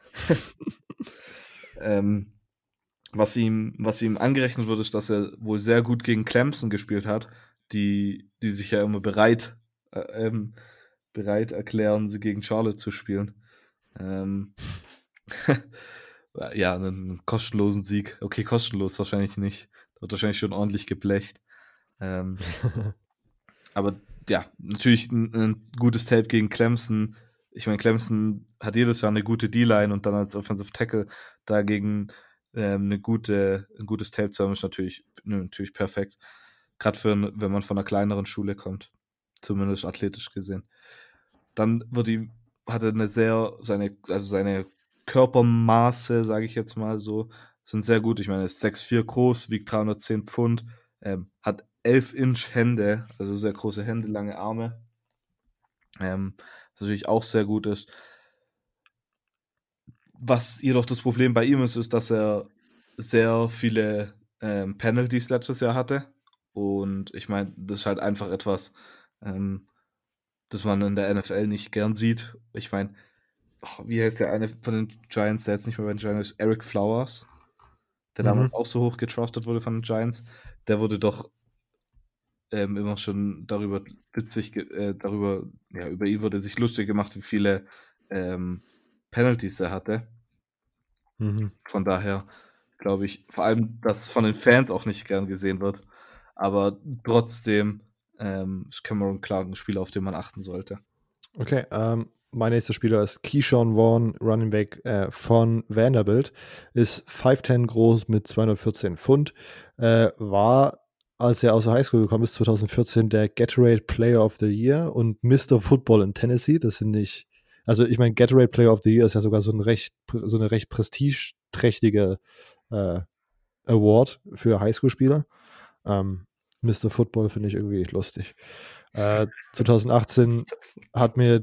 ähm, was ihm, was ihm angerechnet wird, ist, dass er wohl sehr gut gegen Clemson gespielt hat, die, die sich ja immer bereit, äh, ähm, bereit erklären, sie gegen Charlotte zu spielen. Ähm, ja, einen kostenlosen Sieg. Okay, kostenlos wahrscheinlich nicht. Da wird wahrscheinlich schon ordentlich geblecht. Ähm, aber ja, natürlich ein, ein gutes Tape gegen Clemson. Ich meine, Clemson hat jedes Jahr eine gute D-Line und dann als Offensive Tackle dagegen ähm, eine gute, ein gutes Tape zu haben, ist natürlich, natürlich perfekt. Gerade für, wenn man von einer kleineren Schule kommt. Zumindest athletisch gesehen. Dann wird ihm, hat er eine sehr, seine, also seine Körpermaße, sage ich jetzt mal so, sind sehr gut. Ich meine, er ist sechs Komma vier groß, wiegt dreihundertzehn Pfund, ähm, hat elf Inch Hände, also sehr große Hände, lange Arme. Ähm, was natürlich auch sehr gut ist. Was jedoch das Problem bei ihm ist, ist, dass er sehr viele ähm, Penalties letztes Jahr hatte. Und ich meine, das ist halt einfach etwas, ähm, das man in der N F L nicht gern sieht. Ich meine, oh, wie heißt der eine von den Giants, der jetzt nicht mehr bei den Giants ist? Eric Flowers, der mhm. damals auch so hoch getraftet wurde von den Giants. Der wurde doch ähm, immer schon darüber witzig, äh, darüber, ja, über ihn wurde sich lustig gemacht, wie viele ähm, Penalties er hatte. Mhm. Von daher glaube ich, vor allem, dass es von den Fans auch nicht gern gesehen wird. Aber trotzdem ähm, ist Cameron Clark ein Spieler, auf den man achten sollte. Okay, ähm, mein nächster Spieler ist Keyshawn Vaughn, Running Back äh, von Vanderbilt. Ist fünf zehn groß mit zweihundertvierzehn Pfund. Äh, war, als er aus der Highschool gekommen ist, zwanzig vierzehn der Gatorade Player of the Year und Mister Football in Tennessee. Das finde ich, also ich meine, Gatorade Player of the Year ist ja sogar so, ein recht, so eine recht prestigeträchtige äh, Award für Highschool-Spieler. Ähm, Mister Football finde ich irgendwie lustig. Äh, zwanzig achtzehn hat mir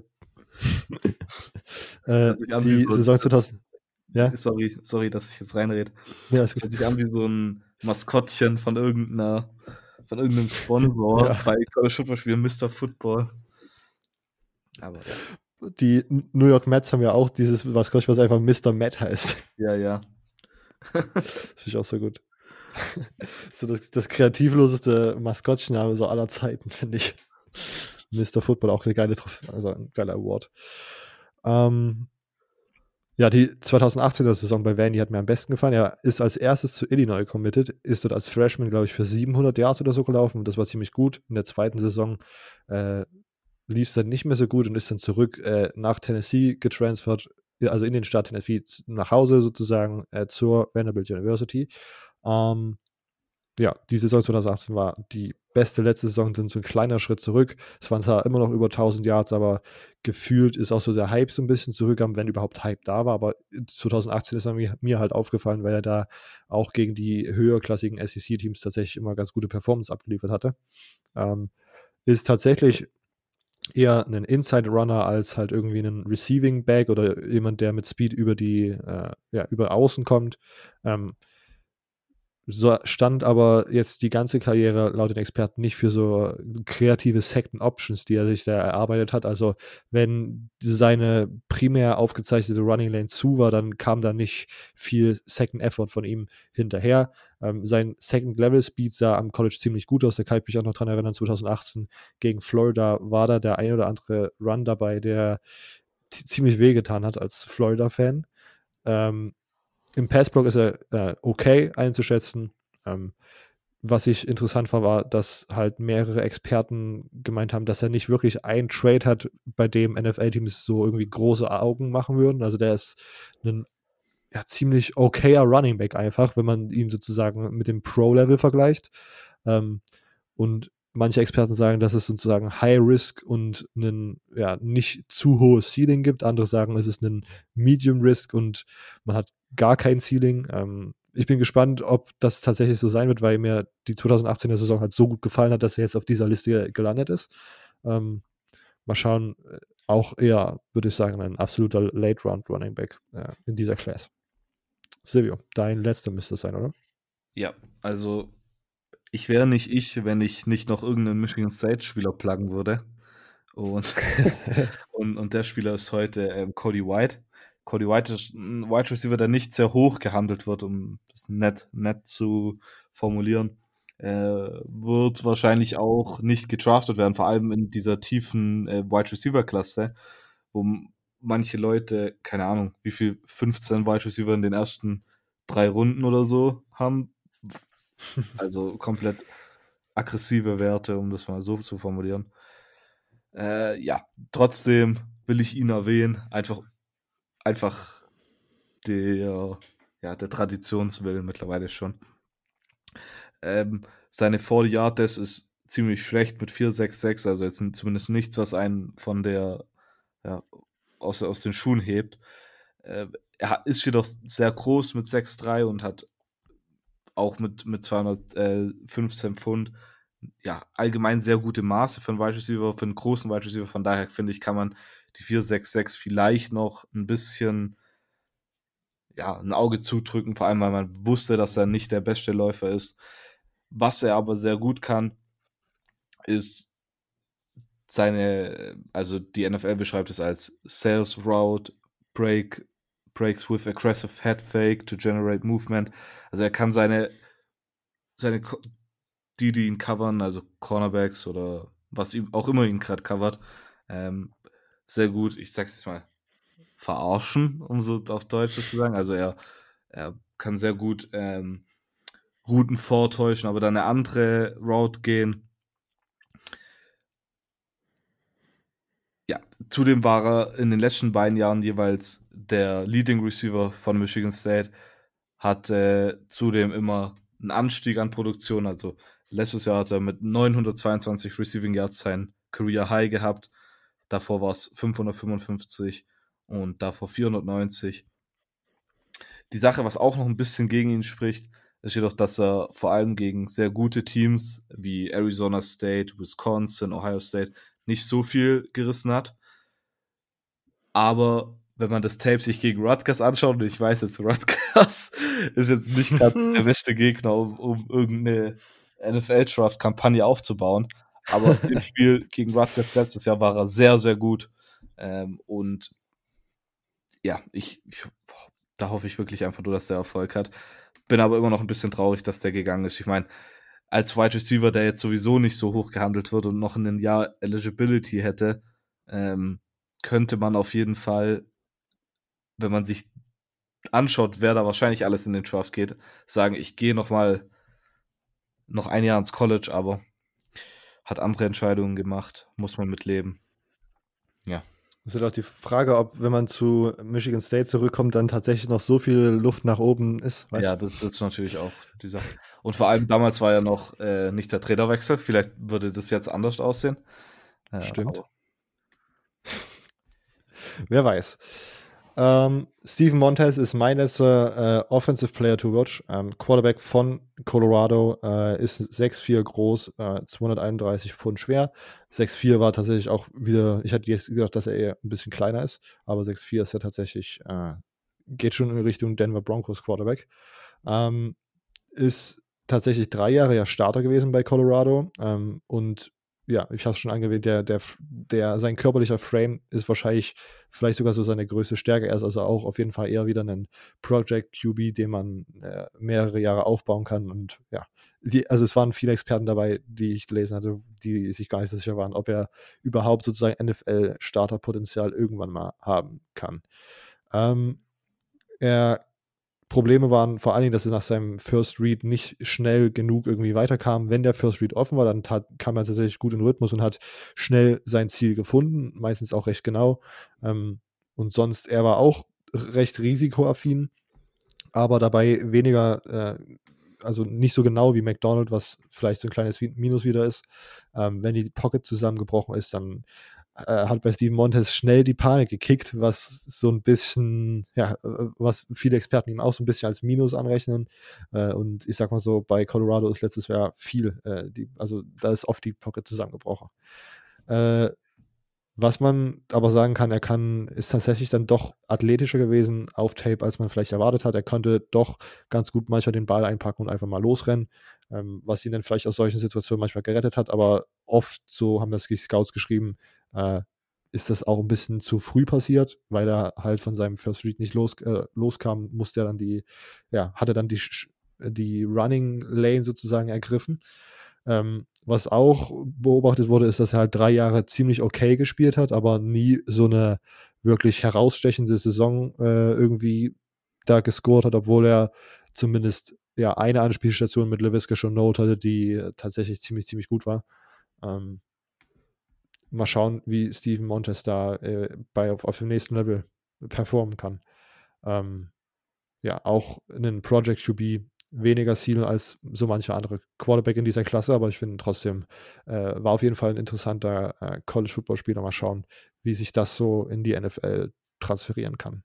äh, die so, Saison zweitausend. Ja? Sorry, sorry, dass ich jetzt reinrede. Ja, das hört sich an wie so ein Maskottchen von irgendeiner, von irgendeinem Sponsor ja. bei College Football Spielen, Mister Football. Aber ja. Die New York Mets haben ja auch dieses Maskottchen, was einfach Mister Met heißt. Ja, ja. Das finde ich auch so gut. so das, das kreativloseste Maskottchenname so aller Zeiten, finde ich. Mister Football, auch eine geile Trophäe, also ein geiler Award. Ähm, ja, die zweitausendachtzehner Saison bei Vandy hat mir am besten gefallen. Er ist als erstes zu Illinois committed, ist dort als Freshman, glaube ich, für siebenhundert Yards oder so gelaufen und das war ziemlich gut. In der zweiten Saison äh, lief es dann nicht mehr so gut und ist dann zurück äh, nach Tennessee getransfert, also in den Staat Tennessee nach Hause sozusagen äh, zur Vanderbilt University. Ähm, ja, die Saison zweitausendachtzehn war die beste letzte Saison, sind so ein kleiner Schritt zurück. Es waren zwar immer noch über tausend Yards, aber gefühlt ist auch so der Hype so ein bisschen zurückgegangen, wenn überhaupt Hype da war. Aber zweitausendachtzehn ist er mir, mir halt aufgefallen, weil er da auch gegen die höherklassigen S E C-Teams tatsächlich immer ganz gute Performance abgeliefert hatte. Ähm, ist tatsächlich eher ein Inside-Runner als halt irgendwie ein Receiving-Back oder jemand, der mit Speed über die, äh, ja, über Außen kommt. Ähm, so stand aber jetzt die ganze Karriere laut den Experten nicht für so kreative Second Options, die er sich da erarbeitet hat. Also wenn seine primär aufgezeichnete Running Lane zu war, dann kam da nicht viel Second Effort von ihm hinterher. Ähm, sein Second Level Speed sah am College ziemlich gut aus. Da kann ich mich auch noch dran erinnern, zweitausendachtzehn gegen Florida war da der ein oder andere Run dabei, der t- ziemlich wehgetan hat als Florida-Fan. Ähm, Im Passblock ist er äh, okay einzuschätzen. Ähm, was ich interessant fand, war, dass halt mehrere Experten gemeint haben, dass er nicht wirklich einen Trade hat, bei dem N F L-Teams so irgendwie große Augen machen würden. Also der ist ein ja, ziemlich okayer Running Back einfach, wenn man ihn sozusagen mit dem Pro-Level vergleicht. Ähm, und manche Experten sagen, dass es sozusagen High Risk und ein ja, nicht zu hohes Ceiling gibt. Andere sagen, es ist ein Medium Risk und man hat gar kein Ceiling. Ähm, ich bin gespannt, ob das tatsächlich so sein wird, weil mir die zweitausendachtzehner Saison halt so gut gefallen hat, dass er jetzt auf dieser Liste gelandet ist. Ähm, mal schauen, auch eher, würde ich sagen, ein absoluter Late-Round-Running Back äh, in dieser Class. Silvio, dein letzter müsste es sein, oder? Ja, also ich wäre nicht ich, wenn ich nicht noch irgendeinen Michigan State-Spieler pluggen würde. Und, und, und der Spieler ist heute ähm, Cody White. Cody White ist ein Wide Receiver, der nicht sehr hoch gehandelt wird, um das nett, nett zu formulieren. Äh, wird wahrscheinlich auch nicht gedraftet werden, vor allem in dieser tiefen äh, Wide Receiver-Klasse, wo m- manche Leute, keine Ahnung, wie viel, fünfzehn Wide Receiver in den ersten drei Runden oder so haben. Also komplett aggressive Werte, um das mal so zu formulieren. Äh, ja, trotzdem will ich ihn erwähnen, einfach, einfach der, ja, der Traditionswillen mittlerweile schon. Ähm, seine vierzig-Yard-Dash ist ziemlich schlecht mit vier Komma sechs sechs, also jetzt zumindest nichts, was einen von der, ja, aus, aus den Schuhen hebt. Äh, er ist jedoch sehr groß mit sechs Komma drei und hat auch mit, mit zweihundertfünfzehn Pfund, ja, allgemein sehr gute Maße für einen Wide Receiver, für einen großen Wide Receiver. Von daher finde ich, kann man die vier Komma sechs sechs vielleicht noch ein bisschen, ja, ein Auge zudrücken, vor allem, weil man wusste, dass er nicht der beste Läufer ist. Was er aber sehr gut kann, ist seine, also die N F L beschreibt es als Sales Route, Break, Breaks with aggressive head fake to generate movement. Also er kann seine, seine die, die ihn covern, also Cornerbacks oder was ihm auch immer ihn gerade covert, ähm, sehr gut, ich sag's jetzt mal, verarschen, um so auf Deutsch zu sagen. Also er, er kann sehr gut ähm, Routen vortäuschen, aber dann eine andere Route gehen. Ja, zudem war er in den letzten beiden Jahren jeweils der Leading Receiver von Michigan State, hat äh, zudem immer einen Anstieg an Produktion, also letztes Jahr hat er mit neunhundertzweiundzwanzig Receiving Yards sein Career High gehabt, davor war es fünfhundertfünfundfünfzig und davor vierhundertneunzig. Die Sache, was auch noch ein bisschen gegen ihn spricht, ist jedoch, dass er vor allem gegen sehr gute Teams wie Arizona State, Wisconsin, Ohio State nicht so viel gerissen hat. Aber wenn man das Tape sich gegen Rutgers anschaut, und ich weiß jetzt, Rutgers ist jetzt nicht gerade der beste Gegner, um, um irgendeine N F L-Draft-Kampagne aufzubauen. Aber im Spiel gegen Rutgers letztes Jahr war er sehr, sehr gut. Ähm, und ja, ich, ich, da hoffe ich wirklich einfach nur, dass der Erfolg hat. bin aber immer noch ein bisschen traurig, dass der gegangen ist. Ich meine, als Wide Receiver, der jetzt sowieso nicht so hoch gehandelt wird und noch ein Jahr Eligibility hätte, ähm, könnte man auf jeden Fall, wenn man sich anschaut, wer da wahrscheinlich alles in den Draft geht, sagen, ich gehe noch mal noch ein Jahr ins College, aber hat andere Entscheidungen gemacht, muss man mitleben. Ja. Es ist halt auch die Frage, ob, wenn man zu Michigan State zurückkommt, dann tatsächlich noch so viel Luft nach oben ist. Weißt ja, das, das ist natürlich auch die Sache. Und vor allem damals war ja noch äh, nicht der Trainerwechsel. Vielleicht würde das jetzt anders aussehen. Äh, Stimmt. Wer weiß. Ähm, Steven Montez ist mein letzter äh, Offensive Player to watch. Ähm, Quarterback von Colorado, äh, ist sechs Fuß vier groß, äh, zweihunderteinunddreißig Pfund schwer. sechs Fuß vier war tatsächlich auch wieder, ich hatte jetzt gedacht, dass er eher ein bisschen kleiner ist, aber sechs Fuß vier ist ja tatsächlich, äh, geht schon in Richtung Denver Broncos Quarterback. Ähm, ist tatsächlich drei Jahre ja Starter gewesen bei Colorado, ähm, und ja, ich habe es schon angewähnt, der, der, der, sein körperlicher Frame ist wahrscheinlich vielleicht sogar so seine größte Stärke. Er ist also auch auf jeden Fall eher wieder ein Project Q B, den man äh, mehrere Jahre aufbauen kann. Und ja, die, also es waren viele Experten dabei, die ich gelesen hatte, die sich gar nicht so sicher waren, ob er überhaupt sozusagen N F L-Starterpotenzial irgendwann mal haben kann. Ähm, er Probleme waren vor allen Dingen, dass er nach seinem First Read nicht schnell genug irgendwie weiterkam. Wenn der First Read offen war, dann tat, kam er tatsächlich gut in Rhythmus und hat schnell sein Ziel gefunden, meistens auch recht genau. Ähm, und sonst, er war auch recht risikoaffin, aber dabei weniger, äh, also nicht so genau wie McDonald, was vielleicht so ein kleines Minus wieder ist. Ähm, wenn die Pocket zusammengebrochen ist, dann äh, hat bei Steven Montez schnell die Panik gekickt, was so ein bisschen, ja, was viele Experten ihm auch so ein bisschen als Minus anrechnen. Äh, und ich sag mal so, bei Colorado ist letztes Jahr viel, äh, die, also da ist oft die Pocket zusammengebrochen. Äh, was man aber sagen kann, er kann, ist tatsächlich dann doch athletischer gewesen auf Tape, als man vielleicht erwartet hat. Er konnte doch ganz gut manchmal den Ball einpacken und einfach mal losrennen, ähm, was ihn dann vielleicht aus solchen Situationen manchmal gerettet hat. Aber oft, so haben das die Scouts geschrieben, äh, ist das auch ein bisschen zu früh passiert, weil er halt von seinem First Read nicht los, äh, loskam, musste er dann die, ja, hatte dann die, die Running Lane sozusagen ergriffen. Ähm, was auch beobachtet wurde, ist, dass er halt drei Jahre ziemlich okay gespielt hat, aber nie so eine wirklich herausstechende Saison äh, irgendwie da gescored hat, obwohl er zumindest ja eine Anspielstation mit Laviska Shenault hatte, die äh, tatsächlich ziemlich, ziemlich gut war. Ähm, mal schauen, wie Steven Montez da äh, bei, auf, auf dem nächsten Level performen kann. Ähm, ja, auch einen Project Q B weniger Ziel als so manche andere Quarterback in dieser Klasse, aber ich finde trotzdem, äh, war auf jeden Fall ein interessanter äh, College-Football-Spieler. Mal schauen, wie sich das so in die N F L transferieren kann.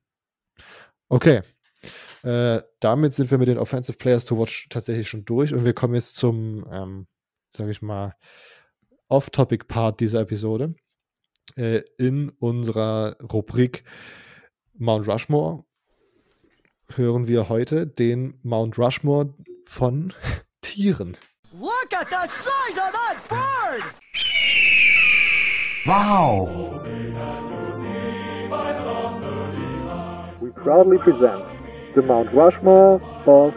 Okay, äh, damit sind wir mit den Offensive Players to Watch tatsächlich schon durch und wir kommen jetzt zum, ähm, sage ich mal, Off-Topic-Part dieser Episode äh, in unserer Rubrik Mount Rushmore hören wir heute den Mount Rushmore von Tieren. Look at the size of that bird! Wow! We proudly present the Mount Rushmore of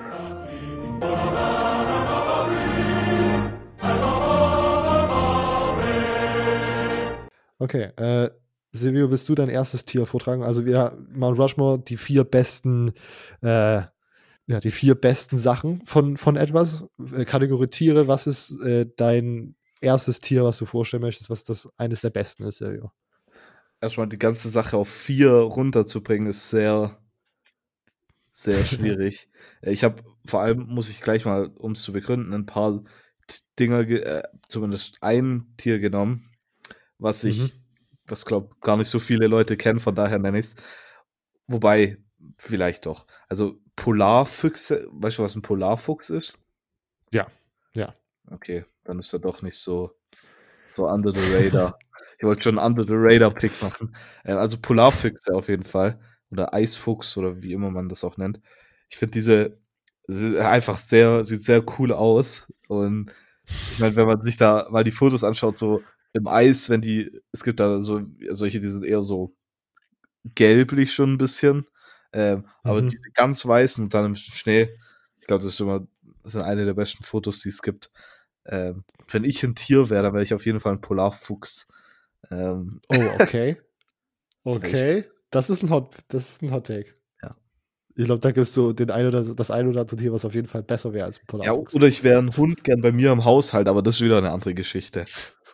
Okay, äh, Silvio, willst du dein erstes Tier vortragen? Also wir, Mount Rushmore, die vier besten, äh, ja, die vier besten Sachen von, von etwas. Äh, Kategorie Tiere, was ist äh, dein erstes Tier, was du vorstellen möchtest, was das eines der besten ist, Silvio? Erstmal die ganze Sache auf vier runterzubringen, ist sehr, sehr schwierig. Ich habe vor allem, muss ich gleich mal, um es zu begründen, ein paar Dinger, äh, zumindest ein Tier genommen, was ich, mhm. was glaube gar nicht so viele Leute kennen, von daher nenne ich es. Wobei, vielleicht doch. Also Polarfüchse, weißt du, was ein Polarfuchs ist? Ja, ja. Okay, dann ist er doch nicht so, so under the radar. Ich wollte schon einen under the radar Pick machen. Also Polarfüchse auf jeden Fall. Oder Eisfuchs oder wie immer man das auch nennt. Ich finde diese einfach sehr, sieht sehr cool aus. Und ich meine, wenn man sich da mal die Fotos anschaut, so im Eis, wenn die, es gibt da so solche, die sind eher so gelblich schon ein bisschen, ähm, mhm. aber diese ganz weißen und dann im Schnee, Ich glaube, das ist immer, das sind eine der besten Fotos, die es gibt. Ähm, wenn ich ein Tier wäre, dann wäre ich auf jeden Fall ein Polarfuchs. Ähm, Oh, okay. ich- Okay. Das ist ein Hot, das ist ein Hot Take. Ja. Ich glaube, da gibst du den ein oder das ein oder andere Tier, was auf jeden Fall besser wäre als ein ja, Polarfuchs. oder ich wäre ein Hund gern bei mir im Haushalt, aber das ist wieder eine andere Geschichte.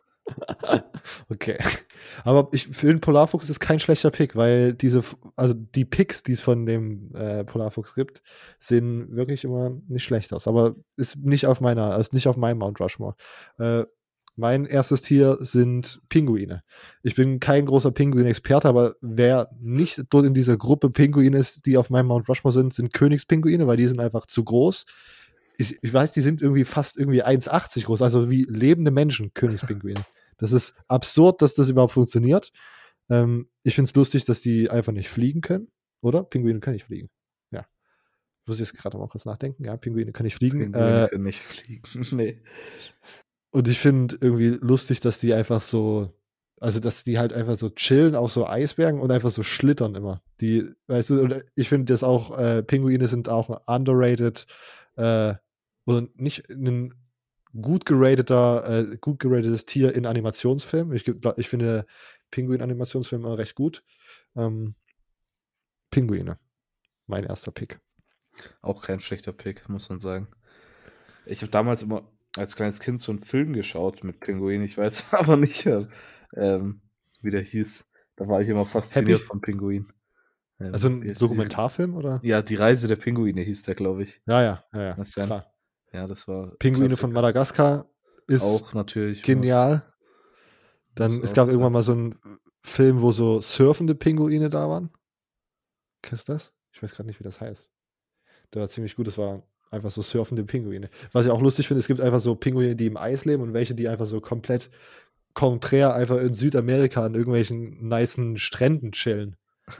Okay. Aber ich für den Polarfuchs ist kein schlechter Pick, weil diese, also die Picks, die es von dem äh, Polarfuchs gibt, sehen wirklich immer nicht schlecht aus. Aber ist nicht auf meiner, also nicht auf meinem Mount Rushmore. Äh, mein erstes Tier sind Pinguine. Ich bin kein großer Pinguin-Experte, aber wer nicht dort in dieser Gruppe Pinguine ist, die auf meinem Mount Rushmore sind, sind Königspinguine, weil die sind einfach zu groß. Ich, ich weiß, die sind irgendwie fast irgendwie eins achtzig groß, also wie lebende Menschen, Königspinguine. Das ist absurd, dass das überhaupt funktioniert. Ähm, ich finde es lustig, dass die einfach nicht fliegen können, oder? Pinguine können nicht fliegen. Ja. Muss ich jetzt gerade mal kurz nachdenken. Ja, Pinguine können nicht fliegen. Pinguine Äh, können nicht fliegen. Nee. und ich finde irgendwie lustig, dass die einfach so, also dass die halt einfach so chillen auf so Eisbergen und einfach so schlittern immer. Die, weißt du, und ich finde das auch, äh, Pinguine sind auch ein underrated, äh, oder nicht ein gut gerateter, äh, gut geratetes Tier in Animationsfilmen. Ich, geb- ich finde Pinguin-Animationsfilme immer recht gut. Ähm, Pinguine, mein erster Pick. Auch kein schlechter Pick, muss man sagen. Ich habe damals immer als kleines Kind so einen Film geschaut mit Pinguinen. Ich weiß aber nicht, äh, ähm, wie der hieß. Da war ich immer fasziniert Happy? vom Pinguin. Ähm, Also wie ein heißt die- Dokumentarfilm, oder? Ja, die Reise der Pinguine hieß der, glaube ich. Ja, ja, ja, ja, Was denn? klar. Ja, das war Pinguine Klassiker. von Madagaskar ist Auch natürlich. genial. Muss, Dann, muss es gab auch irgendwann sein. mal so einen Film, wo so surfende Pinguine da waren. Kennst du das? Ich weiß gerade nicht, wie das heißt. Der war ziemlich gut. Das war einfach so surfende Pinguine. Was ich auch lustig finde, es gibt einfach so Pinguine, die im Eis leben und welche, die einfach so komplett konträr einfach in Südamerika an irgendwelchen nicen Stränden chillen.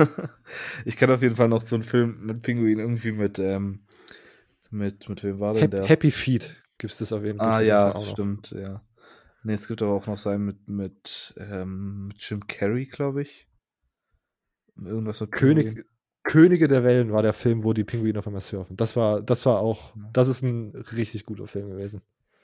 Ich kenne auf jeden Fall noch so einen Film mit Pinguinen, irgendwie mit, ähm, mit, mit wem war denn Happy, der? Happy Feet gibt es das auf jeden, Ah gibt's auf jeden ja, Fall auch noch. stimmt, ja. Nee, es gibt aber auch noch so einen mit, mit, ähm, mit Jim Carrey, glaube ich. Irgendwas mit Pinguinen. König, Könige der Wellen war der Film, wo die Pinguine auf einmal surfen. Das war, das war auch, Ja. das ist ein richtig guter Film gewesen.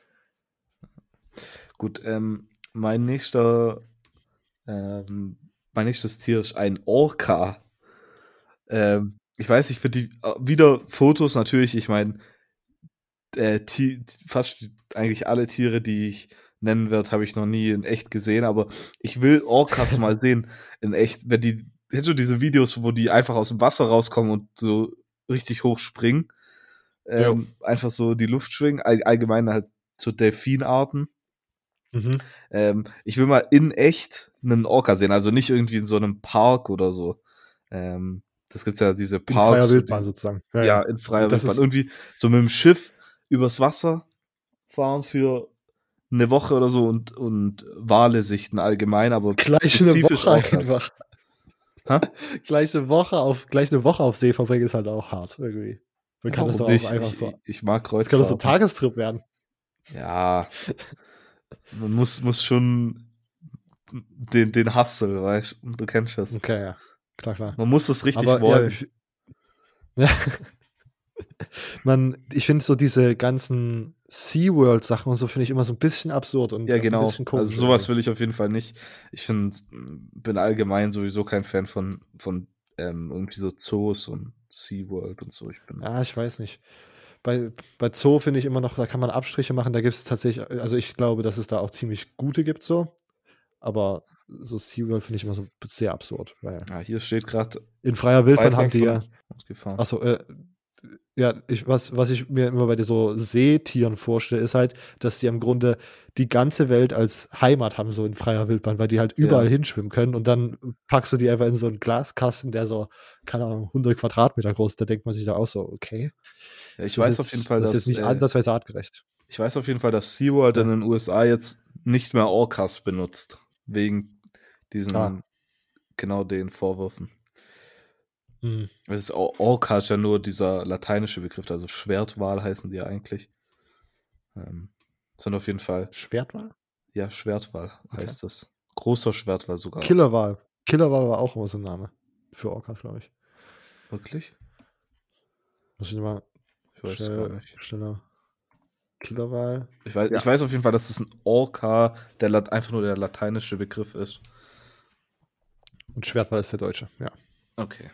Gut, ähm, mein nächster, ähm, mein nächstes Tier ist ein Orca. Ähm, ich weiß, ich finde die äh, wieder Fotos natürlich, ich meine, äh, Ti- fast die- eigentlich alle Tiere, die ich nennen werde, habe ich noch nie in echt gesehen, aber ich will Orcas mal sehen in echt, wenn die, kennst du diese Videos, wo die einfach aus dem Wasser rauskommen und so richtig hoch springen, ähm, einfach so die Luft schwingen, all, allgemein halt so Delfinarten. Mhm. Ähm, ich will mal in echt einen Orca sehen, also nicht irgendwie in so einem Park oder so. Ähm, das gibt's ja diese In Parks. freier so Wildbahn die, sozusagen. ja, in freier Das Wildbahn. ist- Irgendwie so mit dem Schiff übers Wasser fahren für eine Woche oder so und, und Wale sichten allgemein, aber Gleich eine spezifisch Woche Orcas. einfach. Ha? Gleich eine Woche auf, gleich eine Woche auf See verbringen ist halt auch hart irgendwie. Man kann das doch Warum auch nicht? einfach Ich, so. ich, ich mag Das kann doch so ein Kreuzfahrten. Tagestrip werden. Ja. Man muss, muss schon den, den Hustle, weißt du? Du kennst das. Okay, ja. Klar, klar. Man muss das richtig Aber ja, wollen. ich, ja. Man, ich finde so diese ganzen SeaWorld-Sachen und so finde ich immer so ein bisschen absurd und Ja, ein genau. bisschen komisch. Also sowas irgendwie. will ich auf jeden Fall nicht. Ich find, bin allgemein sowieso kein Fan von, von ähm, irgendwie so Zoos und SeaWorld und so. Ich bin Ja, ich weiß nicht. Bei, bei Zoo finde ich immer noch, da kann man Abstriche machen. Da gibt es tatsächlich, also ich glaube, dass es da auch ziemlich gute gibt so. Aber so SeaWorld finde ich immer so sehr absurd. Weil ja, hier steht gerade in freier Wildbahn haben Beitrag die ja. von ausgefahren. Achso, äh, ja, ich, was, was ich mir immer bei so Seetieren vorstelle, ist halt, dass die im Grunde die ganze Welt als Heimat haben, so in freier Wildbahn, weil die halt überall Ja. hinschwimmen können und dann packst du die einfach in so einen Glaskasten, der so, keine Ahnung, hundert Quadratmeter groß ist, da denkt man sich da auch so, okay. Ja, ich das weiß ist auf jeden jetzt- Fall, das dass ist jetzt nicht äh, ansatzweise artgerecht. ich weiß auf jeden Fall, dass SeaWorld Ja. in den U S A jetzt nicht mehr Orcas benutzt. Wegen diesen, Ah. genau den Vorwürfen. Hm. Es ist Or- Orca ist ja nur dieser lateinische Begriff, also Schwertwal heißen die ja eigentlich. Ähm, sind auf jeden Fall, Schwertwal? ja, Schwertwal Okay. heißt das. Großer Schwertwal sogar. Killerwal. Killerwal war auch immer so ein Name für Orcas, glaube ich. Wirklich? Muss ich mal, Ich weiß Schnell, gar nicht. Schneller. Killerwahl. Ich weiß, Ja. ich weiß auf jeden Fall, dass das ein Orca, der Lat- einfach nur der lateinische Begriff ist. Und Schwertwahl ist der deutsche, ja. Okay.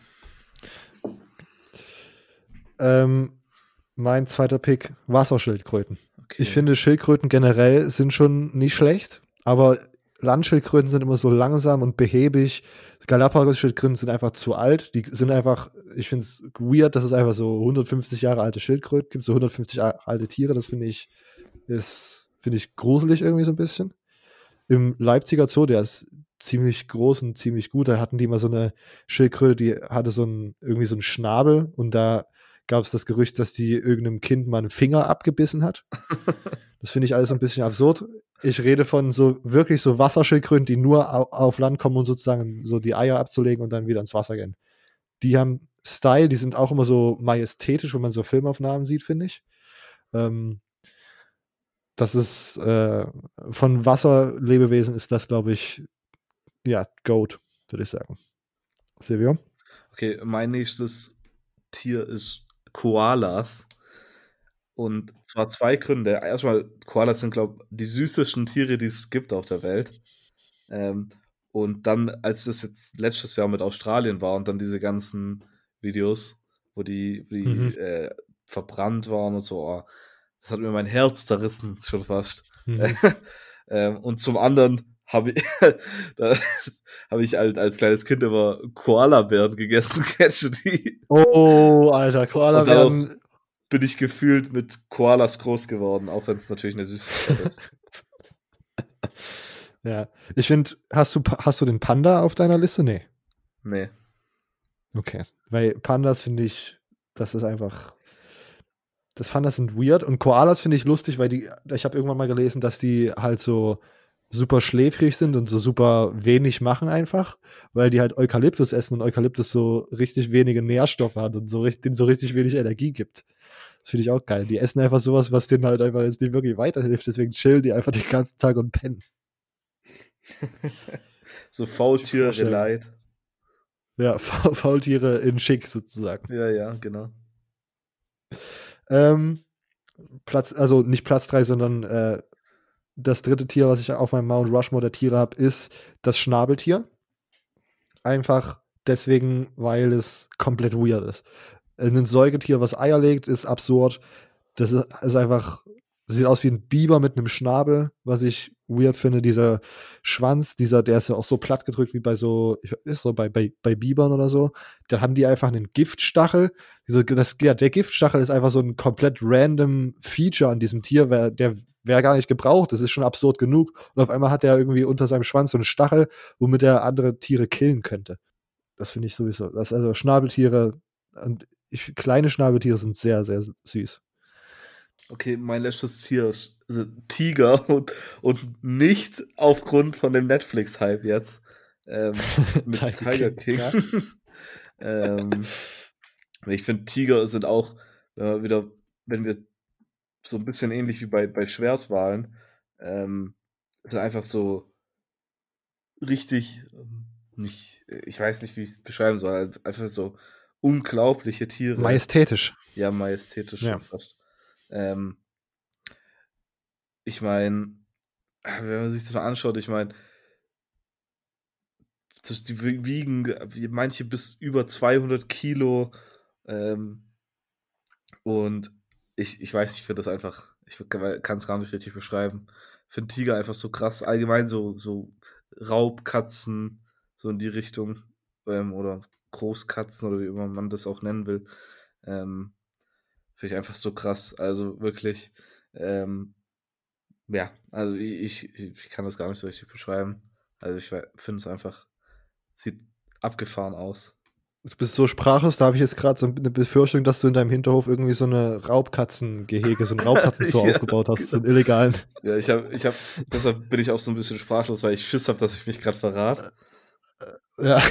Ähm, mein zweiter Pick, Wasserschildkröten. okay. Ich finde, Schildkröten generell sind schon nicht schlecht, aber Landschildkröten sind immer so langsam und behäbig. Galapagos-Schildkröten sind einfach zu alt. Die sind einfach, ich finde es weird, dass es einfach so hundertfünfzig Jahre alte Schildkröten gibt, so hundertfünfzig Jahre alte Tiere. Das finde ich, ist, finde ich gruselig irgendwie so ein bisschen. Im Leipziger Zoo, der ist ziemlich groß und ziemlich gut. Da hatten die mal so eine Schildkröte, die hatte so einen, irgendwie so einen Schnabel und da gab es das Gerücht, dass die irgendeinem Kind mal einen Finger abgebissen hat. Das finde ich alles so ein bisschen absurd. Ich rede von so wirklich so Wasserschildkröten, die nur au- auf Land kommen und sozusagen so die Eier abzulegen und dann wieder ins Wasser gehen. Die haben Style, die sind auch immer so majestätisch, wenn man so Filmaufnahmen sieht, finde ich. Ähm, das ist äh, von Wasserlebewesen ist das, glaube ich, ja, Goat, würde ich sagen. Silvio? Okay, mein nächstes Tier ist Koalas. Und zwar zwei Gründe. Erstmal, Koalas sind, glaube ich, die süßesten Tiere, die es gibt auf der Welt. Ähm, und dann, als das jetzt letztes Jahr mit Australien war und dann diese ganzen Videos, wo die, wo die Mhm. äh, verbrannt waren und so, oh, das hat mir mein Herz zerrissen, schon fast. Mhm. ähm, und zum anderen habe ich, da habe ich halt als kleines Kind immer Koalabären gegessen, kennst du die? Oh, Alter, Koala Und dann auch- werden. Bin ich gefühlt mit Koalas groß geworden, auch wenn es natürlich eine Süßigkeit ist. Ja, ich finde, hast du, hast du den Panda auf deiner Liste? Nee. Nee. Okay. Weil Pandas finde ich, das ist einfach. Das Pandas sind weird und Koalas finde ich lustig, weil die, ich habe irgendwann mal gelesen, dass die halt so super schläfrig sind und so super wenig machen einfach, weil die halt Eukalyptus essen und Eukalyptus so richtig wenige Nährstoffe hat und so, richtig- denen so richtig wenig Energie gibt. Das finde ich auch geil. Die essen einfach sowas, was denen halt einfach jetzt nicht wirklich weiterhilft, deswegen chillen die einfach den ganzen Tag und pennen. So Faultiere vorstellen. leid. Ja, Fa- Faultiere in schick sozusagen. Ja, ja, genau. Ähm, Platz, also nicht Platz drei, sondern äh, das dritte Tier, was ich auf meinem Mount Rushmore der Tiere habe, ist das Schnabeltier. Einfach deswegen, weil es komplett weird ist. Ein Säugetier, was Eier legt, ist absurd. Das ist, ist einfach, sieht aus wie ein Biber mit einem Schnabel, was ich weird finde. Dieser Schwanz, dieser, der ist ja auch so platt gedrückt wie bei so, ist so bei, bei, bei Bibern oder so. Dann haben die einfach einen Giftstachel. Diese, das, ja, der Giftstachel ist einfach so ein komplett random Feature an diesem Tier, wer, der wäre gar nicht gebraucht. Das ist schon absurd genug. Und auf einmal hat er irgendwie unter seinem Schwanz so einen Stachel, womit er andere Tiere killen könnte. Das finde ich sowieso. Das, also Schnabeltiere, und ich, kleine Schnabeltiere sind sehr, sehr süß. Okay, mein letztes Tier ist also Tiger und, und nicht aufgrund von dem Netflix-Hype jetzt. Ähm, mit Tiger Tiger King, King. ja. ähm, ich finde, Tiger sind auch äh, wieder, wenn wir so ein bisschen ähnlich wie bei, bei Schwertwalen, ähm, sind einfach so richtig, ähm, nicht, ich weiß nicht, wie ich es beschreiben soll, also einfach so unglaubliche Tiere. Majestätisch. Ja, majestätisch Ja. schon fast. Ähm, ich meine, wenn man sich das mal anschaut, ich meine, die wiegen wie manche bis über zweihundert Kilo. Ähm, und ich, ich weiß, ich finde das einfach, ich kann es gar nicht richtig beschreiben. Ich finde Tiger einfach so krass. Allgemein so, so Raubkatzen, so in die Richtung. Ähm, oder Großkatzen oder wie immer man das auch nennen will. Ähm, finde ich einfach so krass. Also wirklich, ähm, ja, also ich, ich, ich kann das gar nicht so richtig beschreiben. Also ich finde es einfach, sieht abgefahren aus. Du bist so sprachlos, da habe ich jetzt gerade so eine Befürchtung, dass du in deinem Hinterhof irgendwie so eine Raubkatzengehege, so ein Raubkatzenzoo Ja, aufgebaut hast, so genau. einen illegalen. Ja, ich habe, ich habe, deshalb bin ich auch so ein bisschen sprachlos, weil ich Schiss habe, dass ich mich gerade verrate. Ja.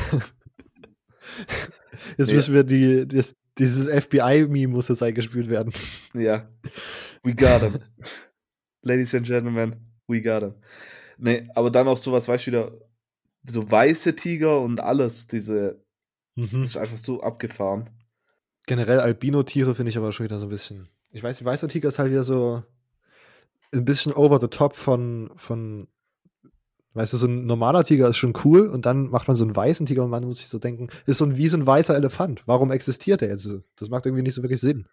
Jetzt Nee. müssen wir die, das, dieses F B I-Meme muss jetzt eingespielt werden. Ja, we got him. Ladies and Gentlemen, we got him. Nee, aber dann auch sowas, weißt du, wieder so weiße Tiger und alles, diese, Mhm. das ist einfach so abgefahren. Generell Albino-Tiere finde ich aber schon wieder so ein bisschen. Ich weiß, weißer Tiger ist halt wieder so ein bisschen over the top von, von, weißt du, so ein normaler Tiger ist schon cool und dann macht man so einen weißen Tiger und man muss sich so denken, ist so ein wie so ein weißer Elefant. Warum existiert der jetzt? Das macht irgendwie nicht so wirklich Sinn.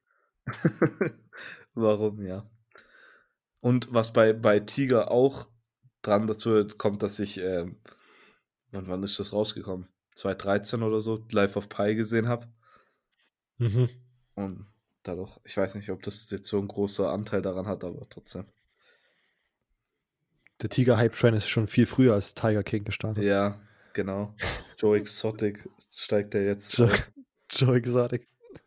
Warum, ja. Und was bei, bei Tiger auch dran dazu kommt, dass ich, ähm, wann, wann ist das rausgekommen? zwanzig dreizehn oder so, Life of Pi gesehen habe. Mhm. Und dadurch, ich weiß nicht, ob das jetzt so ein großer Anteil daran hat, aber trotzdem. Der Tiger-Hype-Train ist schon viel früher als Tiger King gestartet. Ja, genau. Joe Exotic steigt er jetzt Joe, auf. Joe Exotic.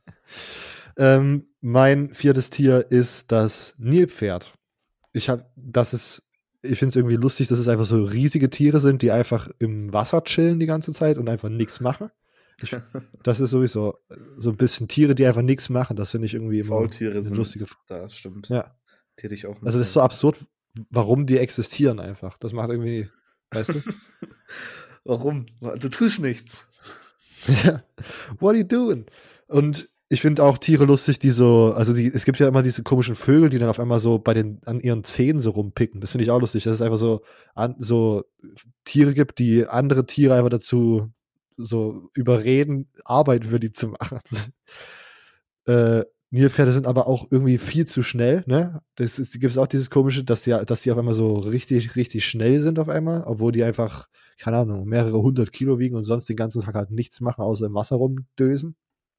ähm, mein viertes Tier ist das Nilpferd. Ich habe, das ist, ich finde es irgendwie lustig, dass es einfach so riesige Tiere sind, die einfach im Wasser chillen die ganze Zeit und einfach nichts machen. Ich, das ist sowieso so ein bisschen Tiere, die einfach nichts machen. Das finde ich irgendwie immer Faultiere eine sind lustige. da, stimmt. Ja. Die hätte ich auch Also das ist so absurd, warum die existieren einfach. Das macht irgendwie, weißt du? Warum? Du tust nichts. Ja. What are you doing? Und ich finde auch Tiere lustig, die so, also die, es gibt ja immer diese komischen Vögel, die dann auf einmal so bei den, an ihren Zähnen so rumpicken. Das finde ich auch lustig, dass es einfach so, an, so Tiere gibt, die andere Tiere einfach dazu so überreden, Arbeit für die zu machen. äh, Nilpferde sind aber auch irgendwie viel zu schnell, ne? Das ist, gibt es auch dieses komische, dass die, dass die auf einmal so richtig, richtig schnell sind auf einmal, obwohl die einfach, keine Ahnung, mehrere hundert Kilo wiegen und sonst den ganzen Tag halt nichts machen, außer im Wasser rumdösen.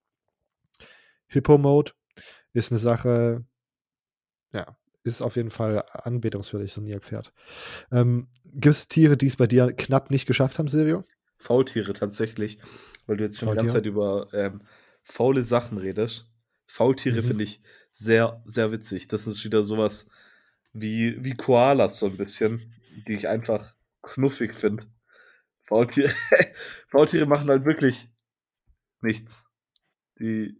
Hippo-Mode ist eine Sache, ja, ist auf jeden Fall anbetungswürdig, so ein Nilpferd. Ähm, gibt es Tiere, die es bei dir knapp nicht geschafft haben, Silvio? Faultiere tatsächlich, weil du jetzt schon Faultiere? die ganze Zeit über ähm, faule Sachen redest. Faultiere Mhm. finde ich sehr, sehr witzig. Das ist wieder sowas wie, wie Koalas so ein bisschen, die ich einfach knuffig finde. Faultiere, Faultiere machen halt wirklich nichts. Die,